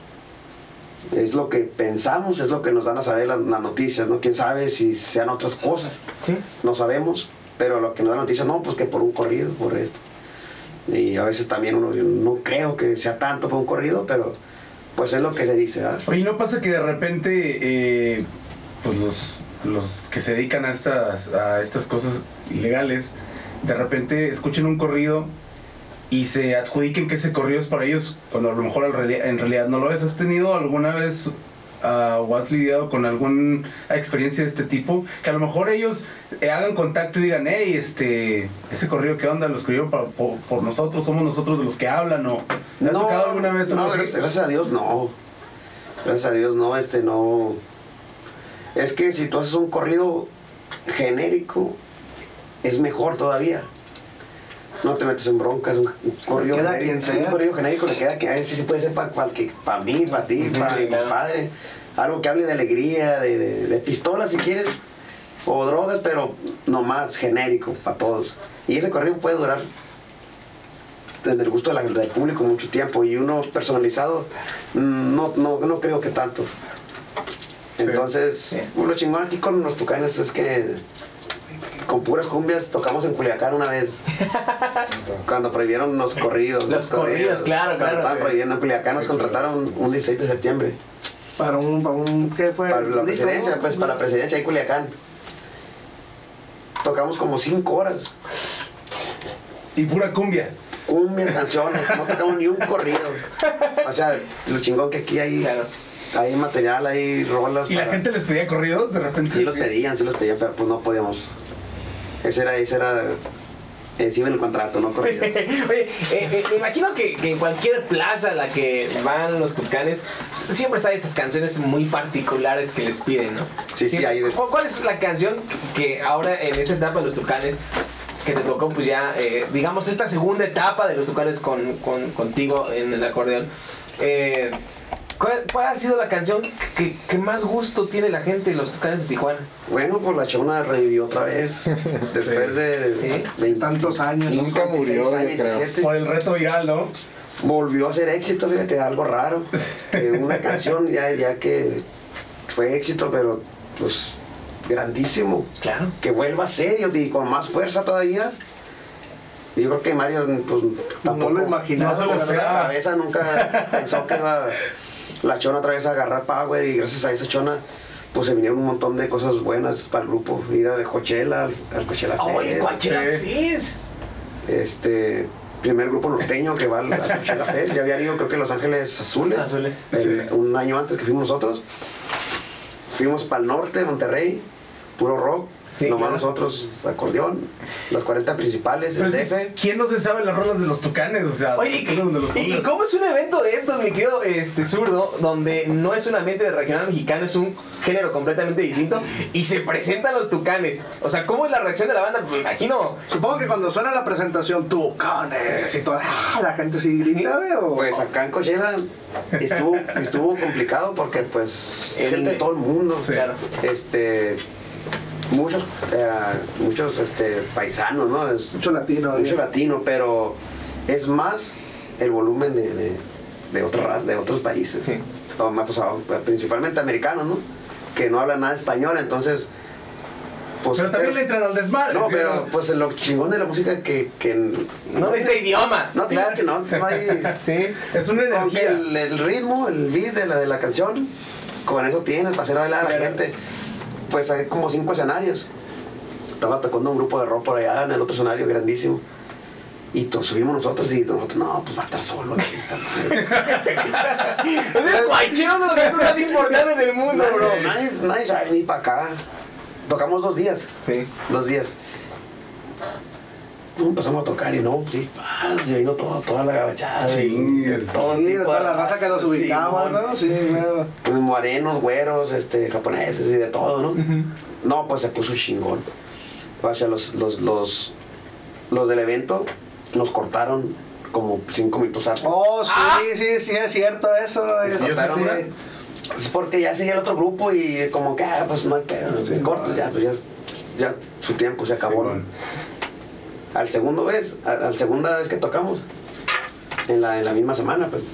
Es lo que pensamos, es lo que nos dan a saber las, las noticias, ¿no? Quién sabe si sean otras cosas, Sí. no sabemos, pero lo que nos dan noticias, no, pues que por un corrido, por esto. Y a veces también uno, yo no creo que sea tanto por un corrido, pero pues es lo que se dice, ¿verdad? Oye, ¿no pasa que de repente eh, pues los, los que se dedican a estas, a estas cosas ilegales, de repente escuchen un corrido y se adjudiquen que ese corrido es para ellos, cuando a lo mejor en realidad, en realidad no lo es? ¿Has tenido alguna vez uh, o has lidiado con alguna experiencia de este tipo? Que a lo mejor ellos eh, hagan contacto y digan, hey, este, ese corrido, ¿qué onda? Lo escribieron por, por, por nosotros, somos nosotros de los que hablan, ¿o te ha tocado alguna vez algo No, así? gracias, gracias a Dios no. Gracias a Dios no, este no. Es que si tú haces un corrido genérico, es mejor todavía. No te metes en broncas, un corrido queda genérico, quien sea. un corrido genérico le queda que a sí puede ser para pa mí, para ti, para Sí, mi claro. compadre. Algo que hable de alegría, de, de, de pistolas si quieres, o drogas, pero nomás genérico para todos. Y ese corrido puede durar en el gusto de la, del público mucho tiempo, y uno personalizado mm, no, no, no creo que tanto. Sí. Entonces, Sí. lo chingón aquí con los Tucanes es que con puras cumbias tocamos en Culiacán una vez. Cuando prohibieron los corridos. Los corridos, claro, Cuando claro, estaban sí. prohibiendo en Culiacán, nos contrataron un dieciséis de septiembre. Para un, para un ¿qué fue? Para la ¿Un grito, presidencia, no? pues, para la presidencia de Culiacán. Tocamos como cinco horas. Y pura cumbia. Cumbias, canciones, no tocamos ni un corrido. O sea, lo chingón que aquí hay, Claro. hay material, hay rolas. ¿Y la para- gente les pedía corridos de repente? Sí los pedían, sí los pedían, pero pues no podíamos. Ese era, ese era, encima del contrato, no Sí. corridos. Oye, eh, eh, me imagino que, que en cualquier plaza a la que van los Tucanes, siempre hay esas canciones muy particulares que les piden, ¿no? Sí, sí, hay de- ¿Cuál, cuál es la canción que ahora en esta etapa de los Tucanes, que te tocó pues ya, eh, digamos, esta segunda etapa de los Tucanes con, con, contigo en el acordeón? Eh, ¿cuál, ¿Cuál ha sido la canción que, que más gusto tiene la gente de los Tucanes de Tijuana? Bueno, pues la Chona revivió otra vez. Después de Sí. Veintitantos años. Nunca murió, yo veintiséis creo. años, veintisiete. Por el reto viral, ¿no? Volvió a ser éxito, fíjate, algo raro. Eh, una canción ya, ya que fue éxito, pero pues grandísimo. Claro. Que vuelva a ser y con más fuerza todavía. Yo creo que Mario pues, tampoco No lo imaginaba. No se lo en la esperaba. cabeza nunca pensó que iba la Chona otra vez a agarrar power, y gracias a esa Chona pues se vinieron un montón de cosas buenas para el grupo. Ir a Coachella, al, al Coachella Oye, Fest, Coachella Sí. Fest. este primer grupo norteño que va al, al Coachella Fest. Ya había ido creo que Los Ángeles Azules, Azules. el- Sí. un año antes que fuimos nosotros. Fuimos para el norte, Monterrey, puro rock. Sí, Nomás claro. nosotros, acordeón, las cuarenta principales, Pero el sí, D F. ¿quién no se sabe las rolas de los Tucanes? O sea, Oye, ¿quién es de los ¿y, y Tucanes? cómo es un evento de estos, mi querido este, zurdo, donde no es un ambiente de regional mexicano, es un género completamente distinto y se presentan los Tucanes? O sea, ¿cómo es la reacción de la banda? Pues, me imagino. Supongo que cuando suena la presentación, Tucanes y todo, ah, la gente sí grita, ¿ve? O- Pues acá en Coachella estuvo, estuvo complicado porque pues El- gente de todo el mundo. Sí. Claro. Este, muchos, eh, muchos este, paisanos, ¿no? Es, Mucho latino. mucho ¿ve? latino, pero es más el volumen de, de, de, otras, de otros países. Sí. O más, pues, ah, principalmente americanos, ¿no? Que no hablan nada español, entonces Pues, Pero también pero- le entran al desmadre. No, ¿sí? pero pues lo chingón de la música que... que No dice idioma. No tienes que no, no hay... Sí, es una Con que energía. el, el ritmo, el beat de la, de la canción, con eso tienes para hacer bailar a la Claro. gente. Pues hay como cinco escenarios. Estaba tocando un grupo de rock por allá en el otro escenario grandísimo. Y to- subimos nosotros y nosotros, no, pues va a estar solo aquí. Es guachero de los eventos más importantes del mundo, bro. Nadie, nadie sabe ni para acá. Tocamos dos días. Sí. Dos días. No, empezamos a tocar y no, sí, ah, se vino todo, toda la gabachada. y Chingues. todo Sí, tipo toda de la raza que los sí, ubicaba, mon. ¿no? Sí, claro. Pues morenos, güeros, este, japoneses y de todo, ¿no? No, pues se puso chingón. O sea, los, los, los, los del evento nos cortaron como cinco minutos antes. Oh, sí, Ah. sí, sí, es cierto eso. Es, Nos cortaron sí. una- Es porque ya seguía el otro grupo y como que, ah, pues no hay pedo, no cortes, ya, pues ya, ya su tiempo se acabó. Sí, ¿no? bueno. Al segundo vez, a, la segunda vez que tocamos, en la, en la misma semana, pues.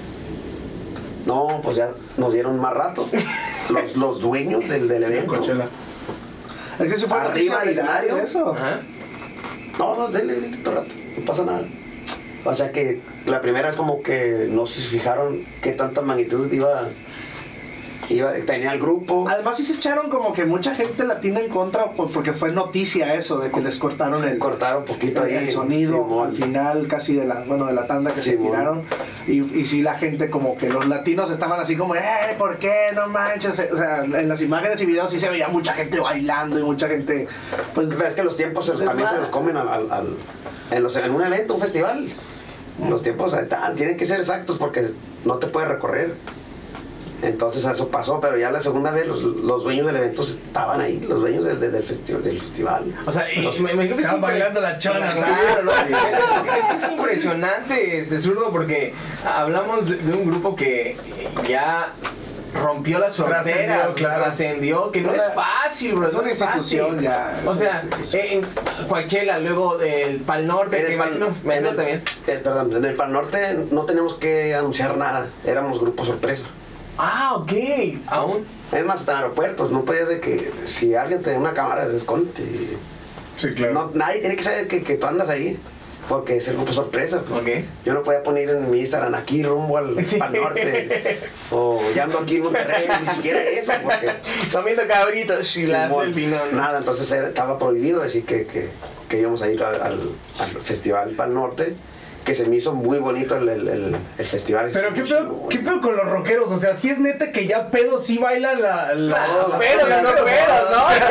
No, pues ya nos dieron más rato. Los, los dueños del, del evento. Coachella. Es que si fue Arriba del escenario. eso. Ajá. No, no, dele, dele todo el rato, no pasa nada. O sea que la primera es como que no se fijaron qué tanta magnitud iba, iba tenía el grupo. Además sí se echaron como que mucha gente latina en contra por- porque fue noticia eso de que les cortaron el, Cortaron un poquito el, ahí. el sonido Simón. al final casi de la bueno de la tanda que se Simón. tiraron y, y sí la gente como que los latinos estaban así como eh ¿por qué? No manches, o sea en las imágenes y videos sí se veía mucha gente bailando y mucha gente pues Pero es que los tiempos se los- Es también se más. los comen al, al- al- en, los- en un evento, un festival. Los tiempos eh, tan- tienen que ser exactos porque no te puedes recorrer. Entonces eso pasó, pero ya la segunda vez los, los dueños del evento estaban ahí, los dueños del, del, del festi- del festival. O sea, y- me imagino que Estaban impre- bailando la chona, ¿no? Claro, ¿no? Es, es, es impresionante, este zurdo, porque hablamos de, de un grupo que ya rompió las fronteras, Trascendió, claro. trascendió, que no es fácil, bro. Es no una es fácil. institución ya, es O una sea, institución. eh, en Coachella, luego del Pal Norte, En que el, Pal- imagino, me en imagino el- también. eh, perdón, en el Pal Norte no tenemos que anunciar nada, éramos grupo sorpresa. Ah, ok, aún. Es más, hasta en aeropuertos, no podías de que si alguien te da una cámara, escóndete. Sí, claro. No, nadie tiene que saber que, que tú andas ahí, porque es el grupo sorpresa. pues. Ok. Yo no podía poner en mi Instagram aquí rumbo al, Sí. al norte, o ya ando aquí en Monterrey, ni siquiera eso, porque Comiendo cabritos y la Simón, selfie, no, no. nada, entonces era- estaba prohibido decir que, que, que íbamos a ir al, al, al festival Pal Norte, que se me hizo muy bonito el, el, el, el festival. Pero qué pedo, qué pedo con los rockeros, o sea, si es neta que ya pedo sí baila la... la No, la- Pedos, no pedos,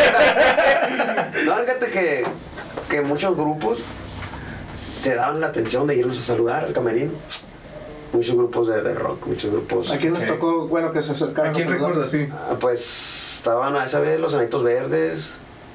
¿no? No, fíjate que, que muchos grupos se daban la atención de irnos a saludar al camerino. Muchos grupos de, de rock, muchos grupos. ¿A quién les Ok. tocó, bueno, que se acercaron? ¿A quién saludar? recuerdas? Sí. Ah, pues estaban a esa vez los Anitos Verdes.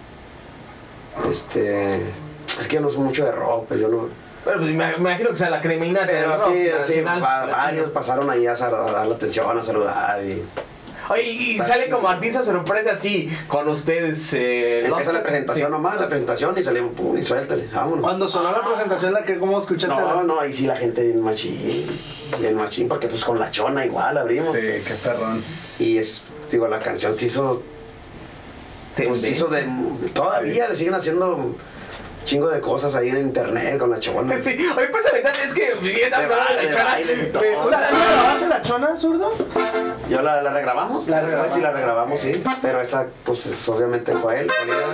Este. Es que yo no soy mucho de rock, pero yo no. Pero pues me me imagino que sea la creminata del Pero rock sí, sí, nacional, va- latino. varios pasaron ahí a, sal- a dar la atención, a saludar. Y Oye, y sale como artista sorpresa así con ustedes. Eh, los- empieza la presentación sí. nomás, la presentación y salimos, pum, y suéltale, vámonos. Cuando sonó la presentación, la que cómo escuchaste No, la- no, ahí sí la gente bien machín, bien machín, porque pues con la chona igual abrimos. Sí, qué perrón. Y es, digo, la canción se hizo, pues se hizo de, todavía le siguen haciendo chingo de cosas ahí en internet con la chona. Sí, oye, pues la verdad es que ya estamos De hablando de baile, chona. bailes y todo. Me- ¿Tú la, tú la grabaste la chona, zurdo? ¿Yo la, la regrabamos? La Después regrabamos. Sí, la regrabamos, sí. Pero esa, pues es obviamente fue él, con ella.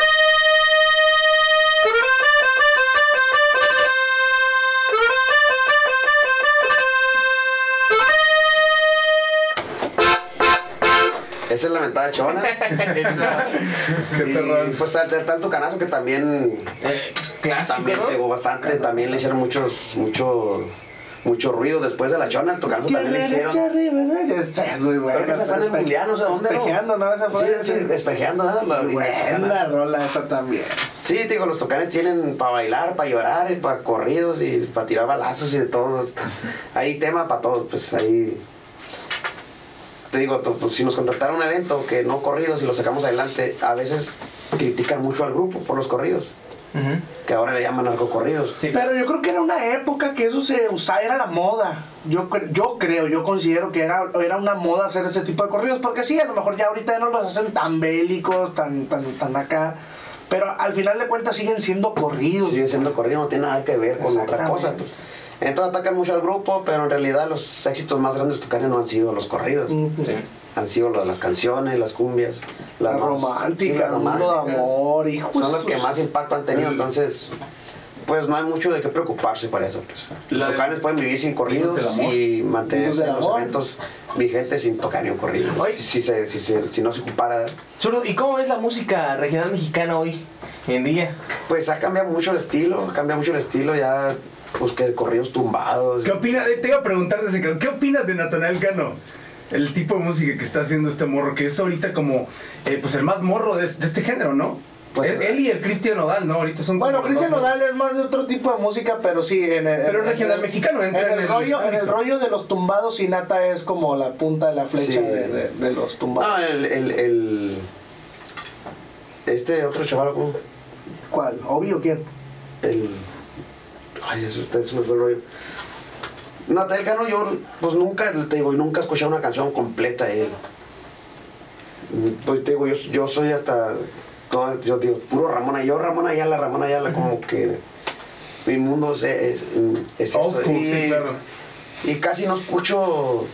Esa es la mentada chona. Qué Y perrón. pues tal- tal- tanto canazo que también, Eh, clásico, también ¿no? pegó bastante. También le hicieron muchos, mucho, mucho ruido después de la chona. El tocando también le hicieron. Esa es muy buena. Creo que esa fue en el Espe- mundial, no sé dónde. Espejeando, ¿no? Esa fue. Sí, sí, espejeando, ¿no? La- Muy buena rola esa también. Sí, te digo, los tocanes tienen para bailar, para llorar, y para corridos y para tirar balazos y de todo. Hay tema para todos, pues ahí. Te digo, tú, pues, si nos contrataron un evento que no corridos y lo sacamos adelante, a veces critican mucho al grupo por los corridos. Ujú. que ahora le llaman narcocorridos. Sí, Pero yo creo que era una época que eso se usaba, era la moda. Yo, cre- yo creo, yo considero que era, era una moda hacer ese tipo de corridos, porque sí, a lo mejor ya ahorita ya no los hacen tan bélicos, tan, tan, tan acá, pero al final de cuentas siguen siendo corridos. Sigue siendo corrido, no tiene nada que ver con otra Exactamente. cosa. Pues. Entonces atacan mucho al grupo, pero en realidad los éxitos más grandes de Tucanes no han sido los corridos. Ujú. Sí. Han sido lo- las canciones, las cumbias, Las más- sí, románticas, las un mundo de románticas. amor, hijo Son de los que sus- más impacto han tenido, entonces pues no hay mucho de qué preocuparse para eso. Pues. Los La de- Tucanes pueden vivir sin corridos Hijos del amor. y Hijos mantenerse del en los amor. eventos vigentes sin tocar ni un corrido. Oye. Si, se, si, se- si no se ocupara, Zurdo, ¿y cómo ves la música regional mexicana hoy en día? pues ha cambiado mucho el estilo, ha cambiado mucho el estilo ya, pues que corridos tumbados. ¿Qué opinas? Te iba a preguntar desde que, ¿qué opinas de Natanael Cano? El tipo de música que está haciendo este morro, que es ahorita como eh, pues el más morro de, de este género, ¿no? Pues- él, él y el Cristian Nodal, ¿no? Ahorita son Bueno, como Cristian los dos. Nodal es más de otro tipo de música, pero sí, en el, Pero en- regional en- mexicano, en entra el, en el rollo, en el electrónico. rollo de los tumbados, y Nata es como la punta de la flecha Sí. de, de- de los No, tumbados. el, el, el- este otro chaval, ¿cómo? ¿Cuál? ¿Obvio quién? El. Ay, eso, eso me fue el rollo. Natal Cano, yo pues nunca, te digo, nunca he escuchado una canción completa de él. Pues te digo, yo, yo soy hasta, todo, yo digo, puro Ramón Ayala, yo Ramón Ayala, Ramón Ayala, como que mi mundo es, es, es Old eso. school, y, sí, claro. y casi no escucho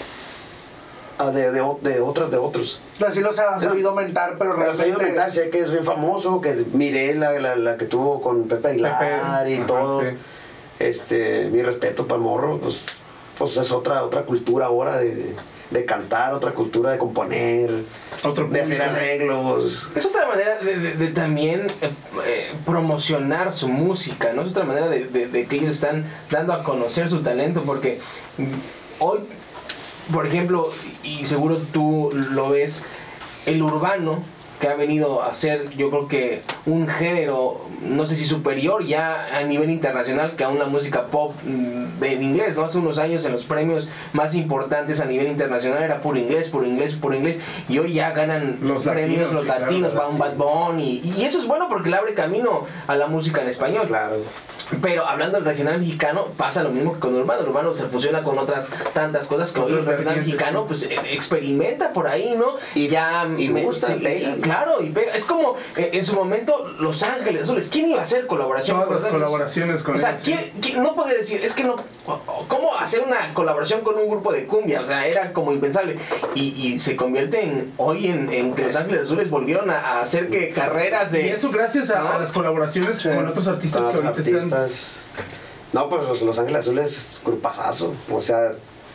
a de, de, de otros, de otros. Así los ha sabido aumentar, pero Pero se ha ido a realmente... inventar, sé que es bien famoso, que miré la, la, la que tuvo con Pepe Aguilar Pepe, y ajá, todo. sí. Este, mi respeto para el morro, pues, pues es otra, otra cultura ahora de, de cantar, otra cultura de componer, Otro de hacer público. arreglos. Es otra manera de, de- de también eh, eh, promocionar su música, ¿no? Es otra manera de, de- de que ellos están dando a conocer su talento, porque mm, hoy, por ejemplo, y seguro tú lo ves, el urbano que ha venido a ser, yo creo que un género, no sé si superior ya a nivel internacional que a una música pop mm, en inglés, ¿no? Hace unos años en los premios más importantes a nivel internacional era puro inglés, puro inglés, puro inglés, y hoy ya ganan Los premios latinos, los sí, claro, latinos, los va un Bad Bunny, y, y eso es bueno porque le abre camino a la música en español. Claro. Pero hablando del regional mexicano, pasa lo mismo que con el urbano. El urbano se fusiona con otras tantas cosas que hoy el Otras regional vertientes, mexicano sí. pues eh, experimenta por ahí, ¿no? Y- ya y me- gusta, pega. y claro, y pega. Es como eh, en su momento Los Ángeles Azules. ¿Quién iba a hacer colaboración Todas con las Los Ángeles? colaboraciones con O sea, ellos, sí. ¿quién, quién- no podía decir, es que no, ¿cómo hacer una colaboración con un grupo de cumbia? O sea, era como impensable. Y, y se convierte en, hoy en, en que Los Ángeles Azules volvieron a, a hacer que carreras de... Y eso gracias a, ¿no? a las colaboraciones Sí. con otros artistas Ah, que ahorita están... artistas. No, pues los, los Ángeles Azules es grupazazo. O sea,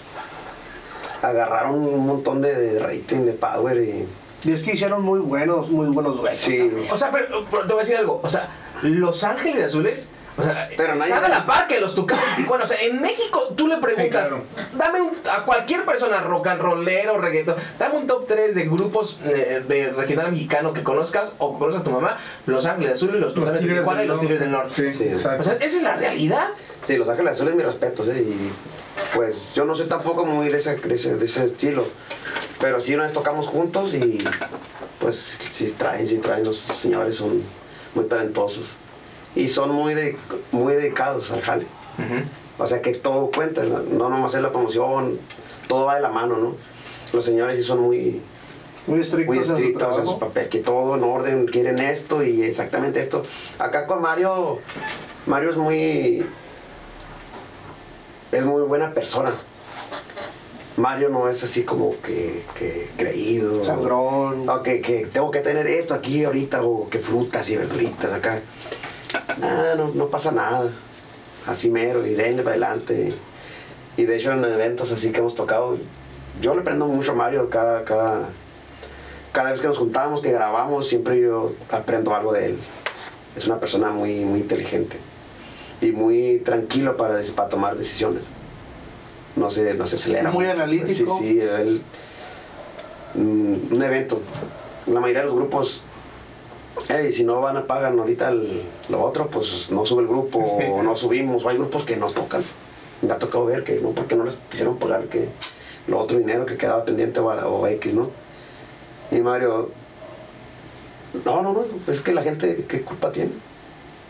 agarraron un montón de, de rating, de power y. Y es que hicieron muy buenos, muy buenos duetos. Sí. O sea, pero, pero te voy a decir algo. O sea, Los Ángeles Azules, o sea, Pero nadie están a sabe. la par que los Tucanes. Bueno, o sea, en México tú le preguntas, Sí, claro. dame un- a cualquier persona rock and rollero, reggaetón, dame un top tres de grupos eh, de regional mexicano que conozcas o que conozca tu mamá, Los Ángeles Azules, los Tucanes de Tijuana y los Tigres del Norte. Sí, Sí. exacto. O sea, esa es la realidad. Sí, Los Ángeles Azules, mi respeto, ¿sí? Y pues yo no soy tampoco muy de ese, de ese, de ese estilo. Pero sí una vez tocamos juntos y pues sí traen, sí traen, los señores son muy talentosos. Y son muy, de, muy dedicados al jale. O sea que todo cuenta, no, no nomás es la promoción, todo va de la mano, ¿no? Los señores sí son muy, Muy estrictos, muy en su estrictos en su trabajo. papel, que todo en orden, quieren esto y exactamente esto. Acá con Mario, Mario es muy, es muy buena persona. Mario no es así como que, que creído. Sangrón. O que, que tengo que tener esto aquí ahorita, o que frutas y verduritas acá. Ah, no, no pasa nada. Así mero, y denle para adelante. Y de hecho en eventos así que hemos tocado, yo le prendo mucho a Mario cada, cada, cada vez que nos juntamos, que grabamos, siempre yo aprendo algo de él. Es una persona muy, muy inteligente y muy tranquilo para, para tomar decisiones. No se, no se acelera. Muy mucho. analítico. Sí, sí, él, mm, un evento, la mayoría de los grupos, hey, si no van a pagar ahorita el- lo otro, pues no sube el grupo, o no subimos, o hay grupos que no tocan. Me ha tocado ver que no, porque no les quisieron pagar que lo otro dinero que quedaba pendiente o, o X, ¿no? Y Mario, no, no, no, es que la gente, ¿qué culpa tiene?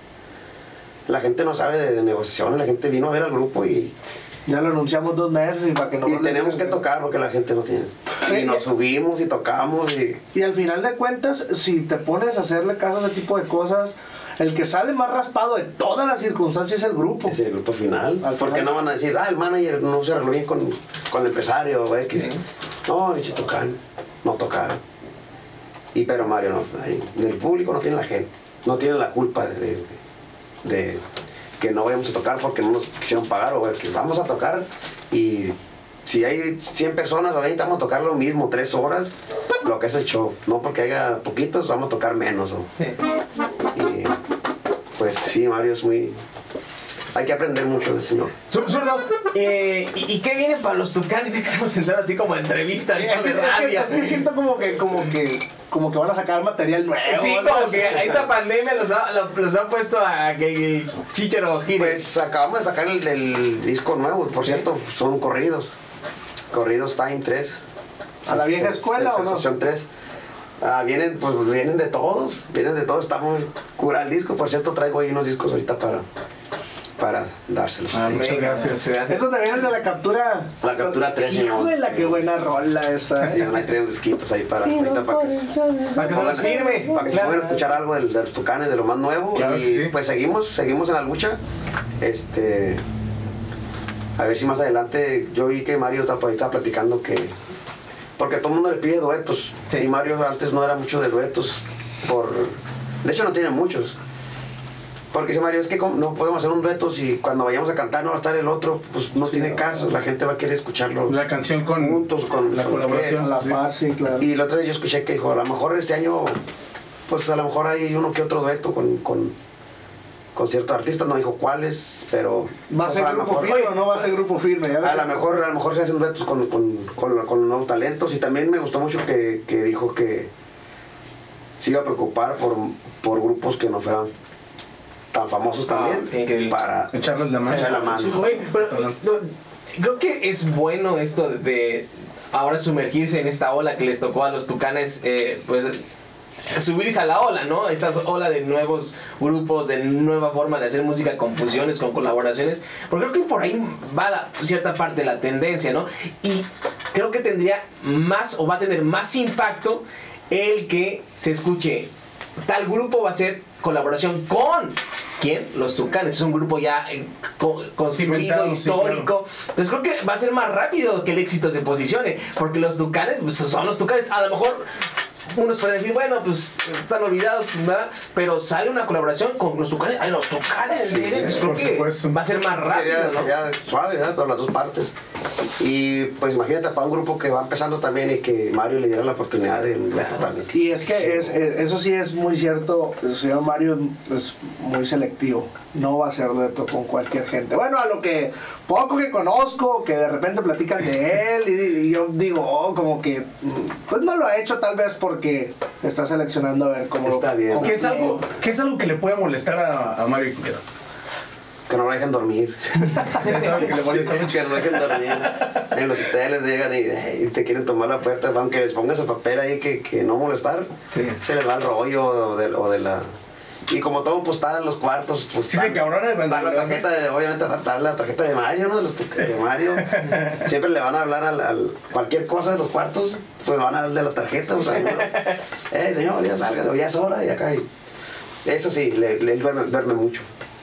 La gente no sabe de, de negociaciones, la gente vino a ver al grupo y... Ya lo anunciamos dos meses y para que no... Y tenemos que tocar porque la gente no tiene. Y nos subimos y tocamos y... Y al final de cuentas, si te pones a hacerle caso a ese tipo de cosas, el que sale más raspado de todas las circunstancias es el grupo. Es el grupo final. Al Porque final. no van a decir, ah, el manager no se arregló bien con, con el empresario o X. Sí. No, ellos tocaron, no tocaron. Y pero Mario no, ahí, el público no tiene la gente, no tiene la culpa de, de, de que no vayamos a tocar porque no nos quisieron pagar o que vamos a tocar y si hay cien personas o veinte vamos a tocar lo mismo, tres horas, lo que es el show. No porque haya poquitos, vamos a tocar menos. ¿No? Sí. Y pues sí, Mario es muy... Hay que aprender mucho del señor. Zur- Zurdo, eh, ¿y, ¿y qué viene para los Tucanes? Ya que estamos sentados así como entrevista. Es que, es que- es que siento como que, como que, como que van a sacar material nuevo. Sí, algo como así. que esta pandemia los ha, lo- los ha puesto a que el chichero gire. Pues acabamos de sacar el, el disco nuevo, por cierto, son corridos. Corridos Time tres. ¿A la vieja escuela o no? Son tres. Ah, vienen, pues vienen de todos, vienen de todos, está muy cura el disco. Por cierto, traigo ahí unos discos ahorita para, para dárselos. Ah, muchas gracias. Es donde viene el de la captura. La captura tres, Hijo de la ¿no? que buena rola esa. Sí, hay tres disquitos ahí para, ahorita para que, Para que no los firme. para que se Claro. puedan escuchar algo del- de los Tucanes, de lo más nuevo. Claro y que sí. pues seguimos, seguimos en la lucha. Este, a ver si más adelante, yo vi que Mario estaba ahorita platicando que, porque todo el mundo le pide duetos. Sí. Y Mario antes no era mucho de duetos. Por, de hecho no tiene muchos. Porque dice Mario, es que ¿cómo no podemos hacer un dueto si cuando vayamos a cantar no va a estar el otro, pues no tiene caso, la gente va a querer escucharlo La canción con juntos, con la con colaboración. A la sí. par, sí, claro. y la otra vez yo escuché que dijo, a lo mejor este año, pues a lo mejor hay uno que otro dueto con, con, con ciertos artistas, no dijo cuáles, pero... ¿Va a pues, ser lo grupo mejor- firme o no va a ser grupo firme? Ya A ves. lo mejor, a lo mejor se hacen duetos con, con, con, con nuevos talentos y también me gustó mucho que, que dijo que se iba a preocupar por, por grupos que no fueran tan famosos también, Ah, qué increíble. para Echarles la mano. echar la mano. Oye, pero, no, creo que es bueno esto de ahora sumergirse en esta ola que les tocó a los Tucanes, eh, pues subirse a la ola, ¿no? Esta ola de nuevos grupos, de nueva forma de hacer música con fusiones, con colaboraciones, porque creo que por ahí va la, cierta parte de la tendencia, ¿no? Y creo que tendría más o va a tener más impacto el que se escuche tal grupo va a hacer colaboración con ¿quién? Los Tucanes. Es un grupo ya eh, co- construido, Cimentado, sí, histórico. Entonces creo que va a ser más rápido que el éxito se posicione. Porque los Tucanes, pues son los Tucanes. A lo mejor unos podrían decir, bueno, pues están olvidados, ¿verdad? Pero sale una colaboración con los Tucanes. Ay, los Tucanes, Sí, ¿eh? sí, Entonces, creo por que supuesto. va a ser más rápido, Sería, ¿no? sería suave, ¿verdad? Por las dos partes. Y pues imagínate para un grupo que va empezando también y que Mario le diera la oportunidad de un dueto también. Y es que es, es- eso sí es muy cierto, el señor Mario es muy selectivo, no va a hacer dueto con cualquier gente. Bueno, a lo que poco que conozco, que de repente platican de él y, y yo digo, oh, como que, mm, pues no lo ha hecho tal vez porque está seleccionando a ver cómo Está bien. cómo ¿Qué es, quiere. algo, ¿Qué es algo que le puede molestar a, a Mario Quintero? Que no lo dejen dormir. Es algo que le molesta mucho. Que no lo dejen dormir. En los hoteles llegan y, y te quieren tomar la puerta, aunque les pongas el papel ahí que, que no molestar, Sí. se les va el rollo o de, o de la... Y como todo, pues están en los cuartos, pues Sí se cabrona de dan la mandar- tarjeta de, obviamente dan la tarjeta de Mario, ¿no? De, los, tu- de Mario. Siempre le van a hablar al, al- cualquier cosa de los cuartos, pues van a hablar de la tarjeta, o sea, ¿no? Eh, señor, ya salga, o ya es hora, y acá. Y... Eso sí, le, le- él duerme, duerme mucho.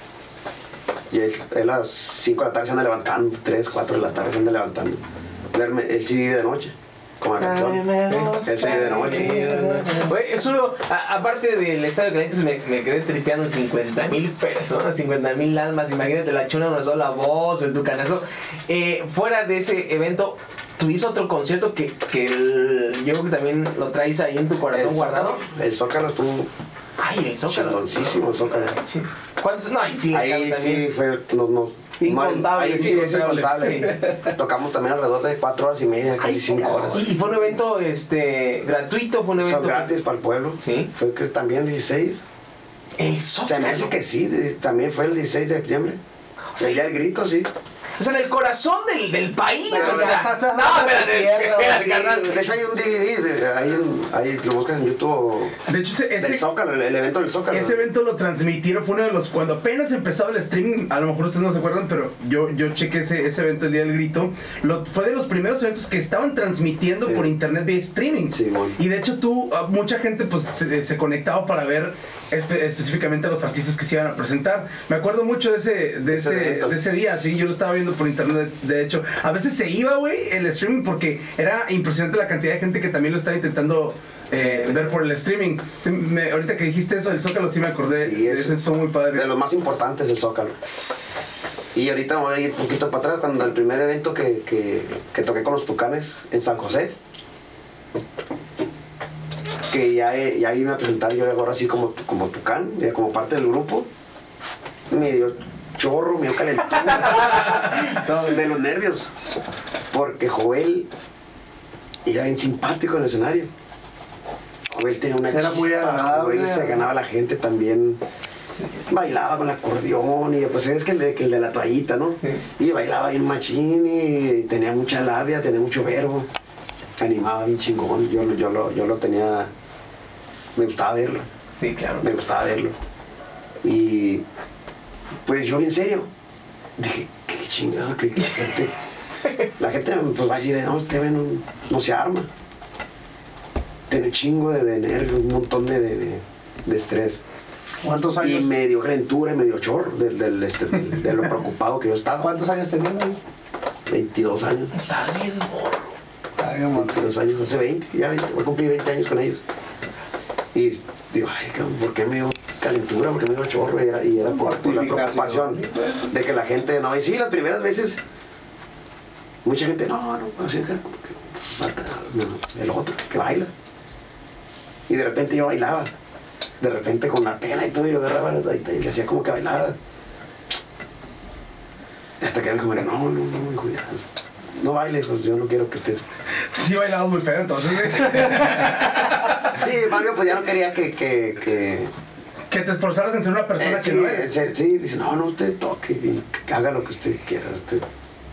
Y él, él a las cinco de la tarde se anda levantando, tres, cuatro de la tarde se anda levantando. Duerme, él sí vive de noche, como la canción. Él sí vive de noche. Oye, eso, a- aparte del Estadio Calientes, me, me quedé tripeando cincuenta mil personas, cincuenta mil almas. Imagínate la chuna, una sola voz, el tucanazo. Eh, fuera de ese evento, ¿tuviste otro concierto que, que el- yo creo que también lo traes ahí en tu corazón El guardado? Zócalo, el Zócalo estuvo Ay, el Zócalo. chingoncísimo, el Zócalo. Sí. ¿Cuántos? No, ahí sí le Ahí encanta sí también. fue, no, no, Incontable, ahí sí es incontable, incontable. Tocamos también alrededor de cuatro horas y media, casi Ay, cinco horas. Y, y fue un evento este gratuito, fue un evento. Son gratis para el pueblo. Sí. Fue que también dieciséis. El Se Zócalo. me hace que sí, de- también fue el dieciséis de septiembre. sea, El día del grito, sí. O sea, en el corazón del, del país. Pero o ya sea, estás- estás no, hablando de espérate, tierra, espérate, Sí, carnal. de hecho hay un D V D, de- hay un, hay, lo buscas en YouTube, De hecho, ese, del ese, Zócalo, el, el evento del Zócalo. ese evento lo transmitieron, fue uno de los, cuando apenas empezaba el streaming, a lo mejor ustedes no se acuerdan, pero yo, yo chequé ese, ese evento el día del grito, lo, fue de los primeros eventos que estaban transmitiendo Sí. por internet vía streaming. Sí, bueno. Y de hecho tú, ah, mucha gente pues se, se conectaba para ver espe- específicamente a los artistas que se iban a presentar. Me acuerdo mucho de ese, de Ese ese, evento. de ese día, sí, yo lo estaba viendo por internet, de hecho. A veces se iba, güey, el streaming porque era impresionante la cantidad de gente que también lo estaba intentando eh, ver por el streaming. Sí, me- ahorita que dijiste eso del Zócalo sí me acordé, Sí, de es ese son muy padre. de los más importantes del Zócalo. Y ahorita me voy a ir un poquito para atrás, cuando el primer evento que, que, que toqué con los Tucanes en San José, que ya, eh, ya iba a presentar yo ahora así como, como Tucán, ya como parte del grupo, me dio chorro, me dio calentura de los nervios, porque Joel era bien simpático en el escenario. Joel tenía una Era muy chispa, agradable. Joel se ganaba a la gente también. Bailaba con el acordeón y pues es que el de, que el de la toallita, ¿no? Sí. Y bailaba bien machín y tenía mucha labia, tenía mucho verbo. Animaba bien chingón, yo, lo- yo, lo, yo lo tenía, me gustaba verlo, Sí, claro. me gustaba verlo. Y pues yo bien serio, dije, qué chingado, que la gente, la gente pues va a decir, no, este güey no, no se arma. Tiene un chingo de, de nervios, un montón de, de, de- de estrés. ¿Cuántos Y años? me dio calentura y me dio chorro del, del, este, del- de lo preocupado que yo estaba. ¿Cuántos años tenías, güey? veintidós años. Está bien, morro. Ay, amor. veintidós años, hace veinte, ya veinte, voy a cumplir veinte años con ellos. Y digo, ay, cabrón, ¿por qué me dio calentura? ¿Por qué me dio chorro? Y era, y era por, por la preocupación de que la gente no. Y sí, las primeras veces, mucha gente, no, no, así que como que, pues, falta no, el otro que baila. Y de repente yo bailaba. De repente con la pena y todo, yo agarraba la taita y le hacía como que bailaba. Hasta que él me dijo, no, no, no, hijo, ya, no bailes, pues yo no quiero que te... Sí bailabas muy feo entonces, güey. Sí, Mario pues ya no quería que... que, que Que te esforzaras en ser una persona eh, que sí, no en eres. serio, sí, dice, no, no, usted toque, y que haga lo que usted quiera, usted...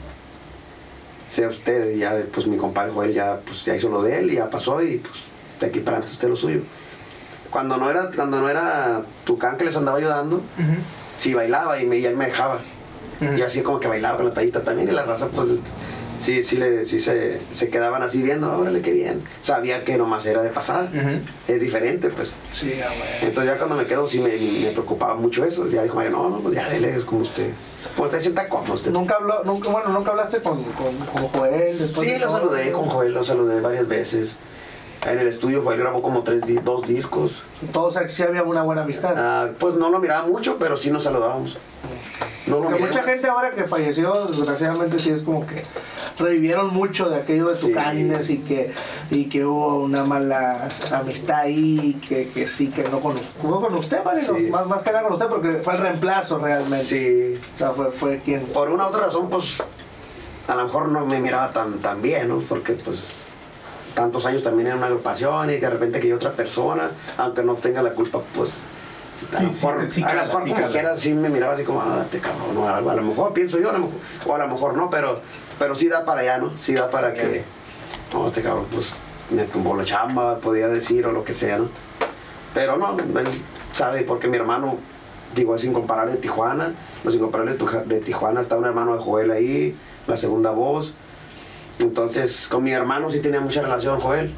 Sea usted, y ya pues mi compadre Joel ya, pues, ya hizo lo de él, y ya pasó, y pues de aquí para adelante usted lo suyo. Cuando no era, cuando no era Tucán que les andaba ayudando, Ujú. sí bailaba y, me, y él me dejaba. Ujú. Y así como que bailaba con la tallita también, y la raza pues sí, sí, le, sí se, se quedaban así viendo, órale, qué bien. Sabía que nomás era de pasada, Ujú. es diferente pues. Sí, ah, güey. Entonces ya cuando me quedo sí me, me preocupaba mucho eso. Ya dijo, Mario, no, no, pues ya dele, es como usted. Como usted sienta cómodo usted. Nunca habló, nunca, bueno, nunca hablaste con, con, con Joel después Sí, de lo todo? saludé con Joel, lo saludé varias veces. En el estudio Joel grabó como tres, di- dos discos. Todos, o sea, sí había una buena amistad. Ah, pues no lo miraba mucho, pero sí nos saludábamos. No lo Porque miré mucha mucho. gente ahora que falleció, desgraciadamente sí es como que revivieron mucho de aquello de Sí. Tucanes y que y que hubo una mala amistad ahí, que, que sí, que no con, no con usted, ¿vale? Sí. más, más que nada con usted, porque fue el reemplazo realmente. Sí. O sea, fue, fue quien... Por una u otra razón, pues a lo mejor no me miraba tan, tan bien, ¿no? Porque pues tantos años también en una agrupación y de repente que hay otra persona, aunque no tenga la culpa, pues a Sí, lo sí, mejor, sí a lo cala, mejor sí como cala. quiera sí me miraba así como, ah, te cabrón, o algo. A lo mejor pienso yo, a lo mejor- o a lo mejor no, pero, pero sí da para allá, ¿no? Sí da para que, no, este cabrón, pues me tumbó la chamba, podía decir o lo que sea, ¿no? Pero no, él sabe, porque mi hermano, digo, es incomparable de Tijuana, los incomparables de Tuja- de Tijuana, está un hermano de Joel ahí, la segunda voz. Entonces, con mi hermano sí tenía mucha relación Joel.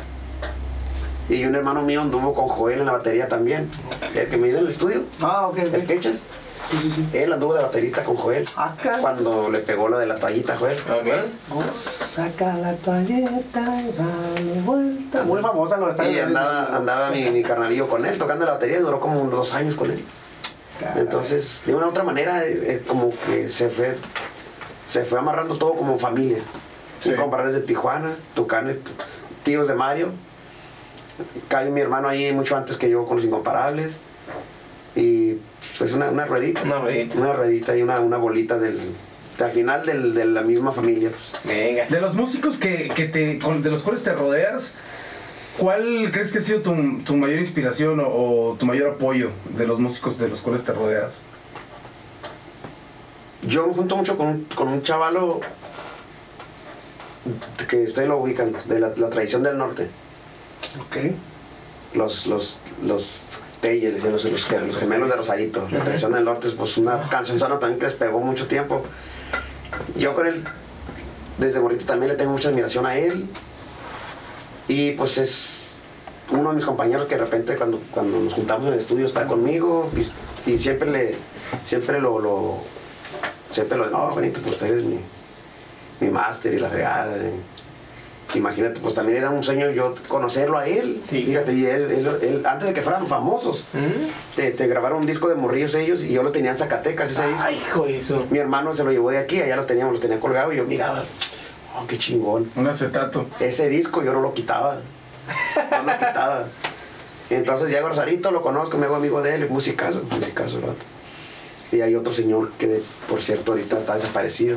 Y un hermano mío anduvo con Joel en la batería también, el que me dio en el estudio, Ah, ok, el ok. Quechas. Sí, sí, sí. Él anduvo de baterista con Joel. Ah, caray. Cuando le pegó lo de la toallita a Joel. Ok. Saca la toalleta y dale vuelta. Muy famosa lo está Y andaba, andaba mi, mi carnalillo con él, tocando la batería, y duró como unos dos años con él. Entonces, de una u otra manera, eh, eh, como que se fue, se fue amarrando todo como familia. Sí. Comparables de Tijuana, Tucanes, tu- tíos de Mario. Cayó mi hermano ahí mucho antes que yo con los Incomparables. Y pues una, una ruedita. Una ruedita. Una ruedita y una, una bolita del, de al final del, de la misma familia. Pues. Venga. De los músicos que, que te, con- de los cuales te rodeas, ¿cuál crees que ha sido tu, tu mayor inspiración o, o tu mayor apoyo de los músicos de los cuales te rodeas? yo me junto mucho con un, con un chavalo que ustedes lo ubican, de la, la tradición del norte. Ok. Los, los, los Telles, decían los, los, los gemelos de Rosarito. La tradición del norte es pues una canción sana también que les pegó mucho tiempo. Yo con él, desde morrito también le tengo mucha admiración a él. Y pues es uno de mis compañeros que de repente cuando, cuando nos juntamos en el estudio está conmigo y, y siempre le, siempre lo, lo siempre lo, no, Juanito, pues tú eres mi, mi máster y la fregada. eh. Imagínate, pues también era un sueño yo conocerlo a él. Sí. Fíjate, y él, él, él, antes de que fueran famosos, ¿Mm? te, te grabaron un disco de morrillos ellos y yo lo tenía en Zacatecas ese disco. Ay, hijo de eso. Mi hermano se lo llevó de aquí, allá lo teníamos, lo tenía colgado y yo miraba, oh, qué chingón. Un acetato. Ese disco yo no lo quitaba, no lo quitaba. Y entonces llego a Rosarito, lo conozco, me hago amigo de él, musicazo, musicazo el vato. Y hay otro señor que, de- por cierto, ahorita está desaparecido.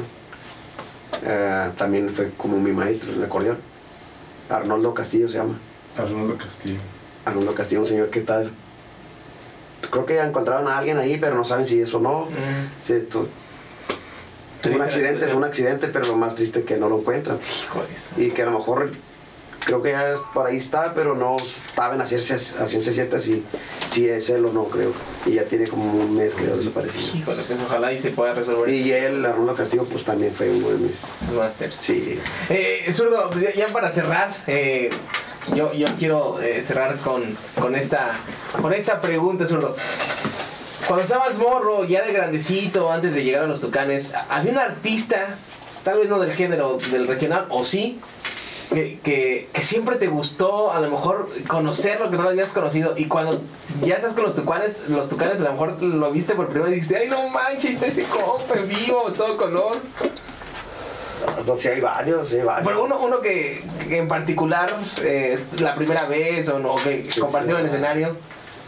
Eh, también fue como mi maestro en el acordeón. Arnoldo Castillo se llama. Arnoldo Castillo. Arnoldo Castillo, un señor que está... des- Creo que ya encontraron a alguien ahí, pero no saben si eso o no. Mm. Sí, tu- tuvo Triste un la accidente, situación. tuvo un accidente, pero lo más triste es que no lo encuentran. Hijo de eso. Y que a lo mejor, creo que ya por ahí está, pero no saben hacerse a ciencia cierta si, si es él o no, creo. Y ya tiene como un mes que desaparecido. Híjole, pues ojalá y se pueda resolver Y él, Arnoldo Castillo, pues también fue uno de mis... sus masters. Sí. Eh, Zurdo, pues ya, ya para cerrar, eh, yo, yo quiero eh, cerrar con, con, esta, con esta pregunta, Zurdo. Cuando estabas morro, ya de grandecito, antes de llegar a los Tucanes, ¿había un artista, tal vez no del género del regional, o sí, que, que, que siempre te gustó, a lo mejor conocerlo, que no lo habías conocido, y cuando ya estás con los Tucanes, los Tucanes a lo mejor lo viste por primera vez y dijiste, ay no manches, está ese compa en vivo, todo color? No, sí hay varios, sí hay varios. Pero uno, uno que, que en particular, eh, la primera vez o, no, que Sí, compartió sí. el escenario.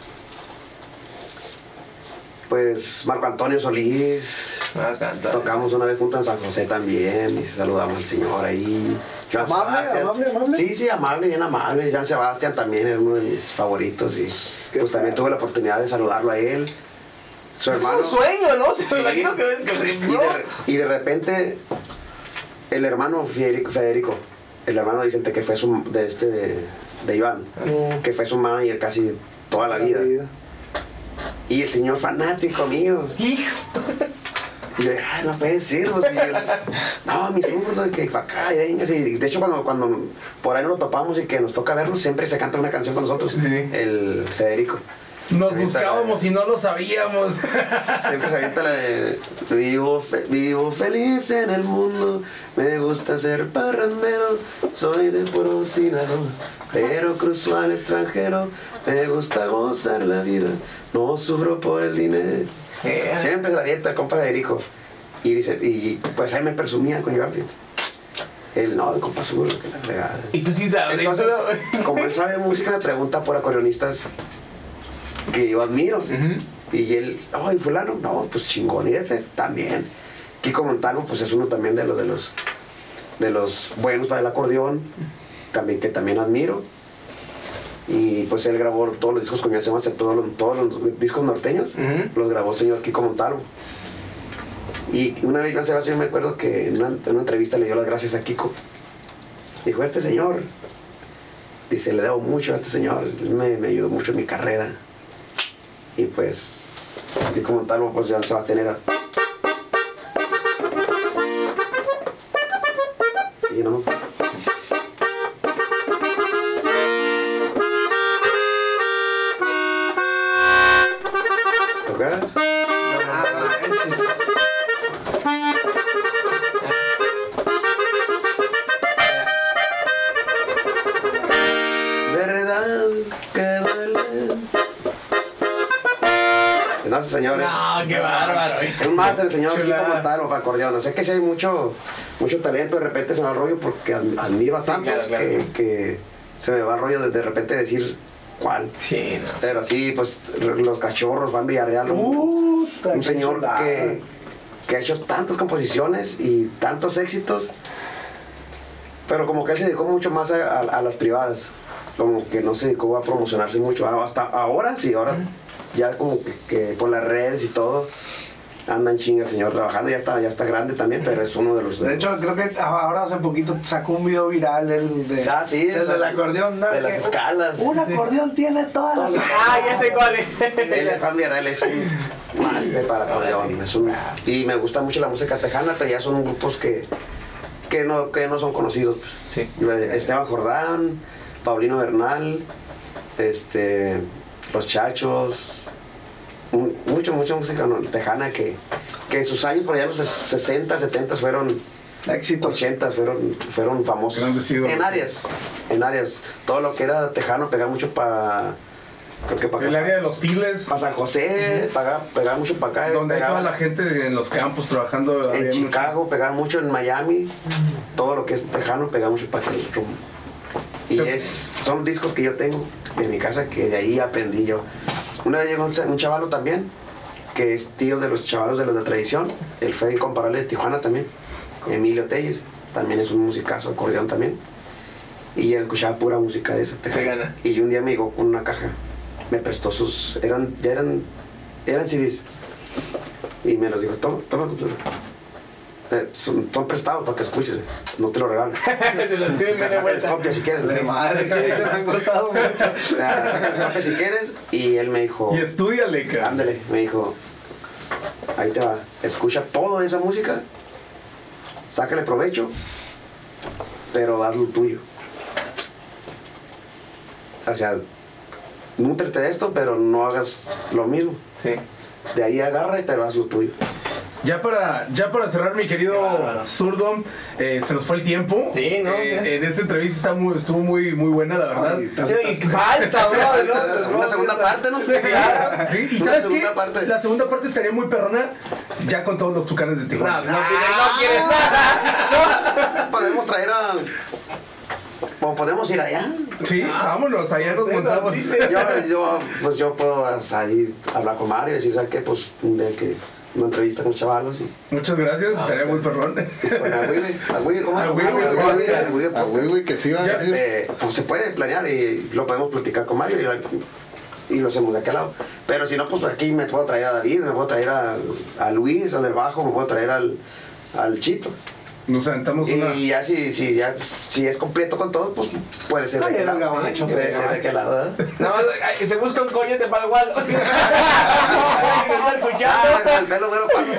Pues Marco Antonio Solís. Marco Antonio. Tocamos una vez juntos en San José también y saludamos al señor ahí. Joan ¿Amable, Sebastián. amable, amable? Sí, sí, amable, bien amable. Joan Sebastián también era uno de mis favoritos y Qué pues también padre. tuve la oportunidad de saludarlo a él. Su Es hermano. un sueño, ¿no? Se me Sí. imagino que, que se Y de, y de repente el hermano Federico, Federico, el hermano de Vicente, que fue su, de este de, de Iván, Mm. que fue su manager casi toda la vida. Y el señor fanático mío. Hijo. Y yo, ay, no puede ser, pues, y yo, no, mi zurdo, que para acá, y venga, sí. De hecho, cuando, cuando por ahí nos lo topamos y que nos toca verlo, siempre se canta una canción con nosotros, Sí. el Federico. Nos Se avienta buscábamos la- y no lo sabíamos. Siempre se avienta la de vivo, fe- vivo feliz en el mundo, me gusta ser parrandero, soy de puro Sinaloa, pero cruzo al extranjero, me gusta gozar la vida, no sufro por el dinero. Eh, Siempre se la avienta el compa Federico. Y dice, y pues ahí me presumía con Iván Fields. Él, no, el compa seguro que la fregada. y tú sí sabes. Entonces, como él sabe de música, me pregunta por acordeonistas que yo admiro. Ujú. Y él, ay, fulano, no, pues chingón, y este también. Kiko Montalvo, pues es uno también de los de los de los buenos para el acordeón, también que también admiro. Y pues él grabó todos los discos con mi hacemos todos los, todos los discos norteños, Ujú. los grabó el señor Kiko Montalvo. Y una vez Joan Sebastián, me acuerdo que en una, en una entrevista le dio las gracias a Kiko. Dijo, este señor, dice, le debo mucho a este señor, él me, me ayudó mucho en mi carrera. Y pues, Kiko Montalvo, pues Joan Sebastián era... Y no, ¿te acuerdas? Verdad que duele. Entonces, señores, No, qué bárbaro. eh. es un máster el señor Kiko Chulada. Montalvo para acordeón. O sea que si hay mucho, mucho talento, de repente se me va el rollo porque ad- admiro a Sí, tantos claro, claro. Que, que se me va el rollo de de repente decir cuál. Sí, no. Pero sí, pues r- los cachorros, Juan Villarreal, un, Puta, un qué señor chulada. que, que ha hecho tantas composiciones y tantos éxitos, pero como que él se dedicó mucho más a, a- a las privadas, como que no se dedicó a promocionarse mucho. Hasta ahora sí, ahora ya como que, que por las redes y todo, anda en chinga el señor trabajando, ya está, ya está grande también, pero es uno de los... De hecho, creo que ahora hace poquito sacó un video viral el de, Ah, sí, el del acordeón. ¿No? de las Que escalas. Un acordeón tiene todas las... Ah, ya sé cuál es. Él, Juan Villarreal, es un máster para acordeón. Es un, y me gusta mucho la música tejana, pero ya son grupos que, que, no, que no son conocidos. Sí. Esteban Jordán, Paulino Bernal, este, Los Chachos, mu- mucha, mucha música no, tejana que, que en sus años, por allá en los sesenta, setenta fueron Éxitos. ochenta, fueron, fueron famosos. Grandes ídolos. En áreas, en áreas. Todo lo que era tejano pegaba mucho para, creo que para El área de los files, para San José, pegaba, pegaba mucho para acá. donde hay pegaba toda la gente en los campos trabajando. en había Chicago, pegaba mucho en Miami. Todo lo que es tejano pegaba mucho para acá. Y es, son discos que yo tengo en mi casa que de ahí aprendí yo. Una vez llegó un, un chavalo también, que es tío de los chavalos de los de tradición. Él fue incomparable de Tijuana también. Emilio Telles, también es un musicazo, acordeón también. Y él escuchaba pura música de esa tejana. Tejana. Y un día me llegó con una caja. Me prestó sus. Eran, ya eran. Eran C Ds. Y me los dijo, toma, toma, cultura. Eh, son, son prestados para que escuches, no te lo regalo. Se los piden media Sácales vuelta. copia si quieres. De madre, que se me han costado mucho. Ah, sácales copia si quieres. Y él me dijo, Y estúdiale, cara. ándale, me dijo, ahí te va, escucha toda esa música, sácale provecho, pero haz lo tuyo. O sea, nútrete de esto, pero no hagas lo mismo. Sí. De ahí agarra, pero haz lo tuyo. Ya para, ya para cerrar, mi querido Qué bárbaro. Zurdo, eh, se nos fue el tiempo. Sí, ¿no? Eh, en esta entrevista está muy, estuvo muy, muy buena, la verdad. Ay, tal- Y falta, bro. Una segunda parte, ¿no? Sí, sí, y Una ¿sabes qué? segunda parte. La segunda parte estaría muy perrona, ya con todos los tucanes de No, Tijuana. no, no quieres nada. Podemos traer a... O podemos ir allá. Sí, vámonos, allá nos Tengo, montamos. dice. Yo, yo, pues yo puedo ahí hablar con Mario y decir, ¿sabes qué? Pues un día que una entrevista con los chavalos y Muchas gracias, estaría muy perrón. con a Willy, a Willy, ¿cómo? A Willy, a Willy, a Willy, a Willy, A Wiwi que sí va a Ya, decir. este, pues se puede planear y lo podemos platicar con Mario y, y lo hacemos de aquel lado. Pero si no, pues aquí me puedo traer a David, me puedo traer a, a Luis, al del bajo, me puedo traer al, al Chito. Nos sentamos una... Y ya si, si, ya si es completo con todo, pues puede ser de Ay, aquel el lado. gabacho. Puede ser de aquel lado, ¿verdad? Nada más ay, se busca un coyote para el gualo. ¿Me está escuchando? Ah, con el pelo güero, paso,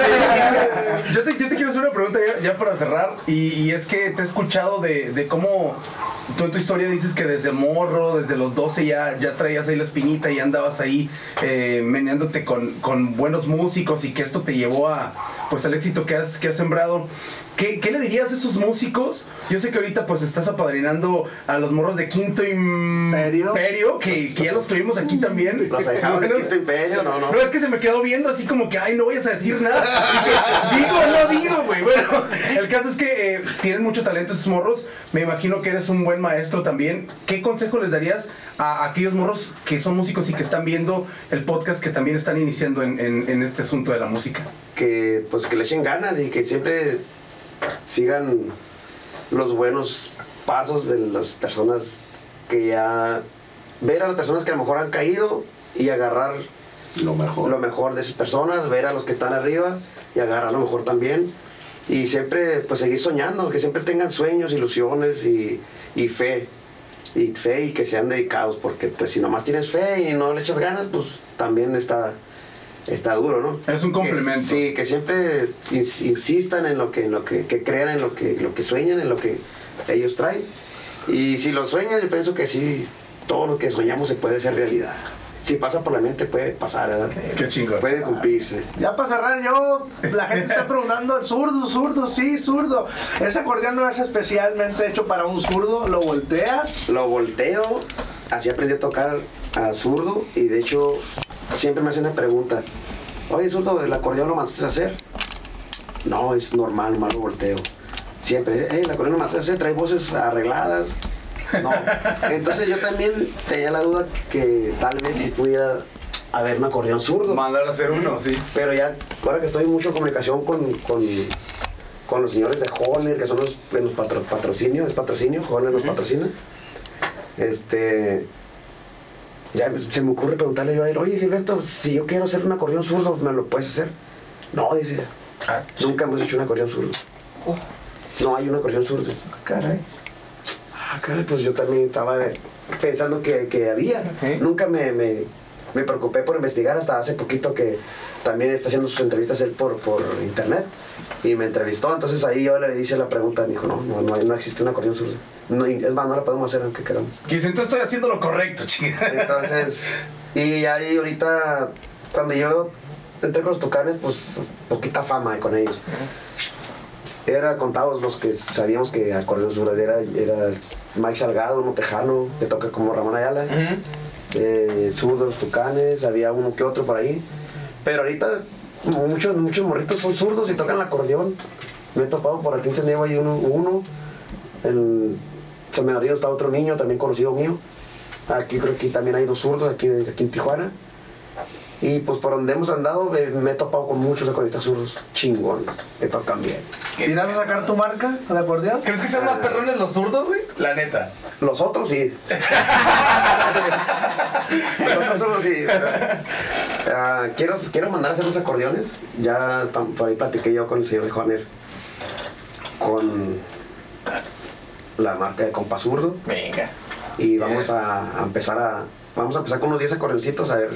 Ah, Yo te, yo te quiero hacer una pregunta ya, ya para cerrar, y, y es que te he escuchado de, de cómo tú en tu historia dices que desde morro, desde los doce ya, ya traías ahí la espinita y andabas ahí eh, meneándote con, con buenos músicos y que esto te llevó a, pues, al éxito que has, que has sembrado. ¿Qué, ¿Qué le dirías a esos músicos? Yo sé que ahorita pues estás apadrinando a los morros de Quinto Imperio, Imperio. que, que ya los tuvimos aquí también. Los dejaron de Bueno, Quinto Imperio, no, no. no, es que se me quedó viendo así como que, ay, no vayas a decir nada. Y que, digo, no digo, güey. Bueno, el caso es que eh, tienen mucho talento esos morros. Me imagino que eres un buen maestro también. ¿Qué consejo les darías a aquellos morros que son músicos y que están viendo el podcast, que también están iniciando en, en, en este asunto de la música? Que pues que le echen ganas y que siempre sigan los buenos pasos de las personas que ya... Ver a las personas que a lo mejor han caído y agarrar Lo mejor. lo mejor de esas personas, ver a los que están arriba y agarrar lo mejor también. Y siempre pues seguir soñando, que siempre tengan sueños, ilusiones y, y fe. Y fe y que sean dedicados, porque pues si nomás tienes fe y no le echas ganas, pues también está, está duro, ¿no? Es un complemento. Que, sí, que siempre ins- insistan en lo que, en lo que, que crean en lo que, lo que sueñan, en lo que ellos traen. Y si lo sueñan, yo pienso que sí, todo lo que soñamos se puede hacer realidad. Si pasa por la mente puede pasar, ¿verdad? Qué chingón. Puede cumplirse. Ya para cerrar, yo, la gente está preguntando, zurdo, zurdo, sí, zurdo. Ese acordeón no es especialmente hecho para un zurdo, lo volteas. Lo volteo, así aprendí a tocar a zurdo y de hecho siempre me hacen una pregunta. Oye, zurdo, ¿el acordeón lo mandaste a hacer? No, es normal, nomás lo volteo. Siempre, eh, el acordeón lo mandaste a hacer, trae voces arregladas. No. Entonces yo también tenía la duda que tal vez si pudiera haber un acordeón zurdo. Mandar a hacer uno, sí. Pero ya, ahora que estoy mucho en comunicación con, con, con los señores de Horner, que son los, de los patro, patrocinios, es patrocinio, Horner nos patrocina. Este, ya se me ocurre preguntarle yo a él, oye Gilberto, si yo quiero hacer un acordeón zurdo, ¿me lo puedes hacer? No, dice, Ah, nunca hemos hecho un acordeón zurdo. No hay un acordeón zurdo. Caray. Ah, caray, pues yo también estaba pensando que, que había. ¿Sí? Nunca me, me, me preocupé por investigar hasta hace poquito que también está haciendo sus entrevistas él por, por internet. Y me entrevistó, entonces ahí yo le hice la pregunta, me dijo, no, no, no, no existe un acordeón zurdo. No, y es más, no la podemos hacer aunque queramos. que dice, entonces estoy haciendo lo correcto, chica. Entonces, y ahí ahorita, cuando yo entré con los Tucanes, pues poquita fama con ellos. Era contados los que sabíamos que acordeón zurdo era, era Mike Salgado, uno tejano, que toca como Ramón Ayala. Ujú. Eh, zurdo, los Tucanes, había uno que otro por ahí. Pero ahorita muchos, muchos morritos son zurdos y tocan el acordeón. Me he topado por aquí en San Diego, hay uno, uno. En San Bernardino está otro niño, también conocido mío. Aquí creo que también hay dos zurdos, aquí, aquí en Tijuana. Y pues por donde hemos andado eh, me he topado con muchos acordeonistas zurdos chingón, que tocan bien. ¿Irás a sacar tu marca de acordeón? ¿Crees que sean más perrones los zurdos, güey? La neta. Los otros sí. Los otros solo sí. Ah, quiero, quiero mandar a hacer unos acordeones. Ya tam- por ahí platiqué yo con el señor de Joaner. Con la marca de compa zurdo. Venga. Y vamos Yes. a, a empezar a. Vamos a empezar con unos diez acordeoncitos a ver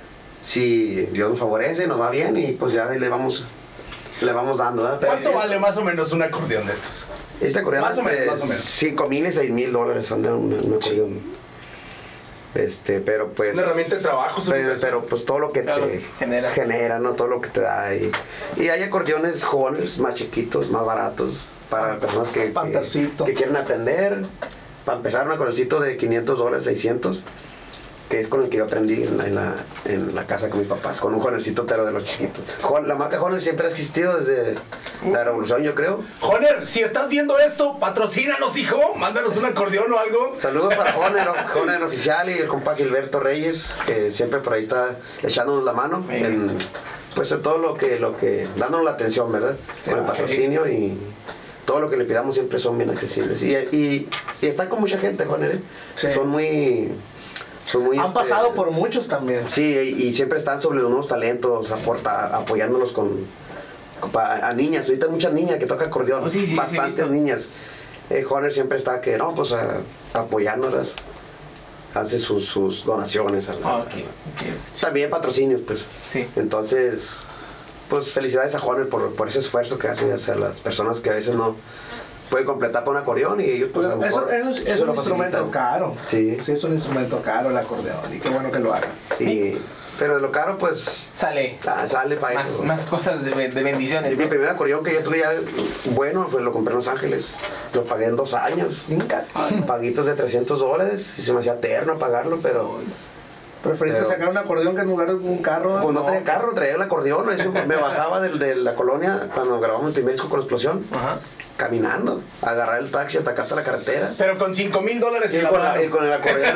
si Dios nos favorece, nos va bien y pues ya le vamos. Le vamos dando, ¿verdad? Pero ¿Cuánto vale más o menos un acordeón de estos? este acordeón Más o menos, entre más o menos. cinco mil y seis mil dólares anda un, un acordeón. Este, pero pues. Una herramienta de trabajo, su Pero, vida. pero, pues todo lo que Claro, te genera. genera, ¿no? Todo lo que te da. Y, y hay acordeones jóvenes, más chiquitos, más baratos, para personas que, que, Pantercito. que quieren aprender. Para empezar, un acordeoncito de quinientos dólares, seiscientos, que es con el que yo aprendí en la, en la, en la casa con mis papás, con un jonercito pero de los chiquitos. Jon- La marca Joner siempre ha existido desde la revolución, yo creo. Joner, si estás viendo esto, patrocínanos, hijo. Mándanos un acordeón o algo. Saludos para Joner, Joner Oficial y el compa Gilberto Reyes, que siempre por ahí está echándonos la mano en, pues en todo lo que, lo que, dándonos la atención, ¿verdad? Con el patrocinio y todo lo que le pidamos siempre son bien accesibles. Y, y, y están con mucha gente, Joner, ¿eh? Sí. Son muy... Son muy Han este, pasado por muchos también. Sí, y, y siempre están sobre los nuevos talentos, aporta, apoyándolos con, con- pa- a niñas. Ahorita hay muchas niñas que tocan acordeón, Oh, sí, sí, sí, he bastantes visto. niñas. Eh, Joner siempre está que, no, pues a- apoyándolas, hace sus, sus donaciones. a la- Ah, ok. Ok. También patrocinios, pues. Sí. Entonces, pues felicidades a Joner por, por ese esfuerzo que hace de hacer las personas que a veces no pueden completar para un acordeón y ellos pues a lo Eso, mejor eso es, es se un lo instrumento facilitan. caro. Sí. Sí, es un instrumento caro el acordeón y qué bueno que lo hagan. Y, pero de lo caro, pues Sale. ah, sale para Más, eso. más cosas de, de bendiciones. Mi ¿no? primer acordeón que yo tuve ya, bueno, pues lo compré en Los Ángeles. Lo pagué en dos años. Nunca. Paguitos de trescientos dólares. Y se me hacía eterno pagarlo, pero Preferiste Pero- sacar un acordeón que en lugar de un carro. pues no tenía carro, traía el acordeón. Eso, me bajaba de, de la colonia cuando grabamos el primer disco con la explosión, Ajá. caminando, agarrar el taxi hasta acá hasta la carretera. Pero con cinco mil dólares Y en la con, la- mano. y con el acordeón.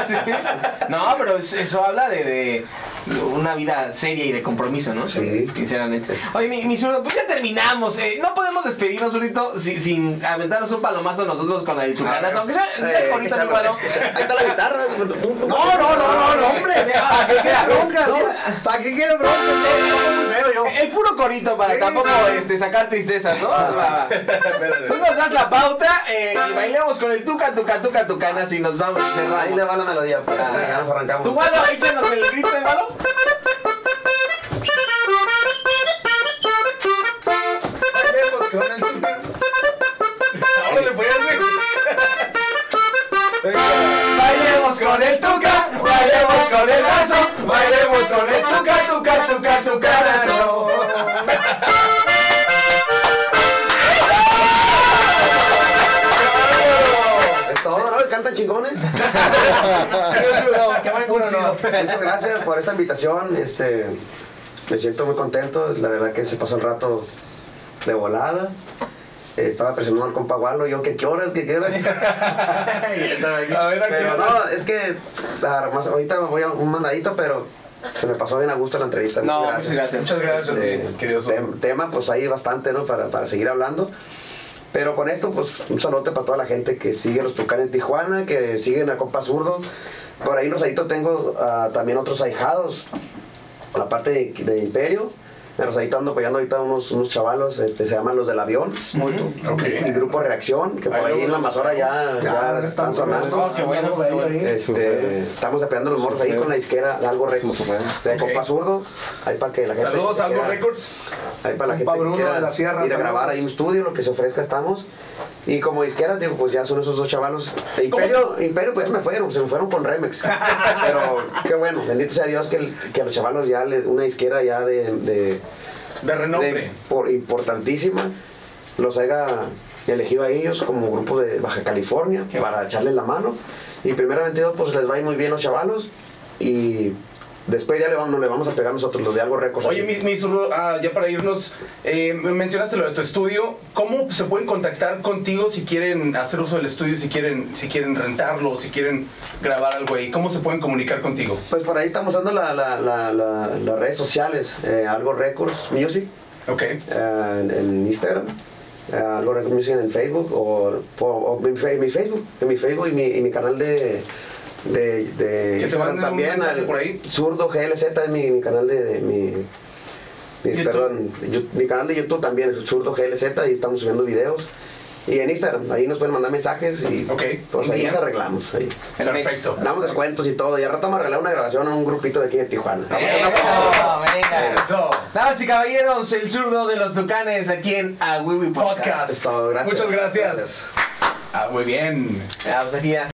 No, pero es- eso habla de, de una vida seria y de compromiso, ¿no? Sí. Sinceramente. Oye, mi, mi zurdo, pues ya terminamos. eh. No podemos despedirnos, zurdito, sin, sin aventarnos un palomazo nosotros con el chucanazo. Aunque sea, sea Eh, bonito, mi échalo. palo. Ahí está la guitarra. No, no, no, no, no, hombre. ¿Para qué quiere broncas? ¿Para qué quiere broncas? No, muy feo yo. El puro corito para Sí, tampoco sí. este, sacar tristezas, ¿no? Va, va. Tú nos das la pauta eh, y bailemos con el tuca, tuca, tuca, tucanas y nos vamos a cerrar. Ahí le va la melodía, pues, Ah. ya nos arrancamos. ¿Tu malo? Échanos el grito, ¿eh, malo? Bailemos con el tuca. Ahora le voy a hacer. Bailemos con el tuca, bailemos con el lazo, bailemos con el tuca, tuca, tuca, tucanazo. Es todo, ¿no? Cantan chingones. Qué buen uno, no. Muchas gracias por esta invitación. Este, me siento muy contento. La verdad que se pasó el rato de volada. Eh, estaba presionando al compa Gualo. Yo, ¿qué, qué horas? ¿Qué, qué horas? A ver, aquí. Pero no, es que ah, más- ahorita me voy a un mandadito, pero se me pasó bien a gusto la entrevista. No, muchas gracias. Muchas gracias a Eh, ti, querido Zurdo. tem- tema, pues hay bastante, ¿no? Para, para seguir hablando. Pero con esto, pues un saludo para toda la gente que sigue los Tucanes en Tijuana, que siguen a compa Zurdo. Por ahí en los ahitos tengo ah, también otros ahijados, la parte de, de Imperio, Pero ahí están apoyando ahorita unos, unos chavalos, este, se llaman Los del Avión. Ok. El grupo Reacción, que por ahí en la Mazora ya, ya están sonando. Oh, qué bueno, qué bueno. Este, estamos apoyando los morros ahí con la disquera de Algo Records. De Ok. Compa Zurdo, ahí para que la gente. Saludos que a Algo quiera- Records. Ahí para la gente Compa que Bruno quiera de la Sierra, ir a grabar saludos. ahí un estudio, lo que se ofrezca estamos. Y como disquera, digo, pues ya son esos dos chavalos. E Imperio, Imperio, pues ya me fueron, se me fueron con Remex. Pero qué bueno, bendito sea Dios que, el- que a los chavalos ya les, una disquera ya de, de, De renombre. de- por, importantísima, los haya elegido a ellos como grupo de Baja California para echarles la mano. Y primeramente Dios, pues les va a ir muy bien los chavalos. Y después ya le vamos, le vamos a pegar nosotros los de Algo Records. Oye, mi, mi Zurdo, ah, ya para irnos, eh, mencionaste lo de tu estudio. ¿Cómo se pueden contactar contigo si quieren hacer uso del estudio, si quieren, si quieren rentarlo, si quieren grabar algo ahí? ¿Cómo se pueden comunicar contigo? Pues por ahí estamos usando la, la, la, la- las redes sociales, eh, Algo Records Music, Ok. eh, en, en Instagram, eh, Algo Records Music en el Facebook, o, o, o en, mi, fe- en mi Facebook, en mi Facebook y mi, y mi canal de, de, de Que te manden un también, mensaje al por ahí. Zurdo G L Z es mi, mi canal de, de mi, mi- YouTube. perdón, yu- mi canal de YouTube también, Zurdo G L Z, y estamos subiendo videos. Y en Instagram, ahí nos pueden mandar mensajes y Ok, pues ahí bien. nos arreglamos. Ahí. Perfecto. Damos descuentos y todo. Y al rato vamos a arreglar una grabación a un grupito de aquí de Tijuana. Vamos a hacer una Eso, venga. Eso. Damas y caballeros, el zurdo de los Tucanes aquí en A Wiwi Podcast. Podcast. Es todo, gracias. Muchas gracias. Gracias. Ah, muy bien. Ya, pues aquí ya.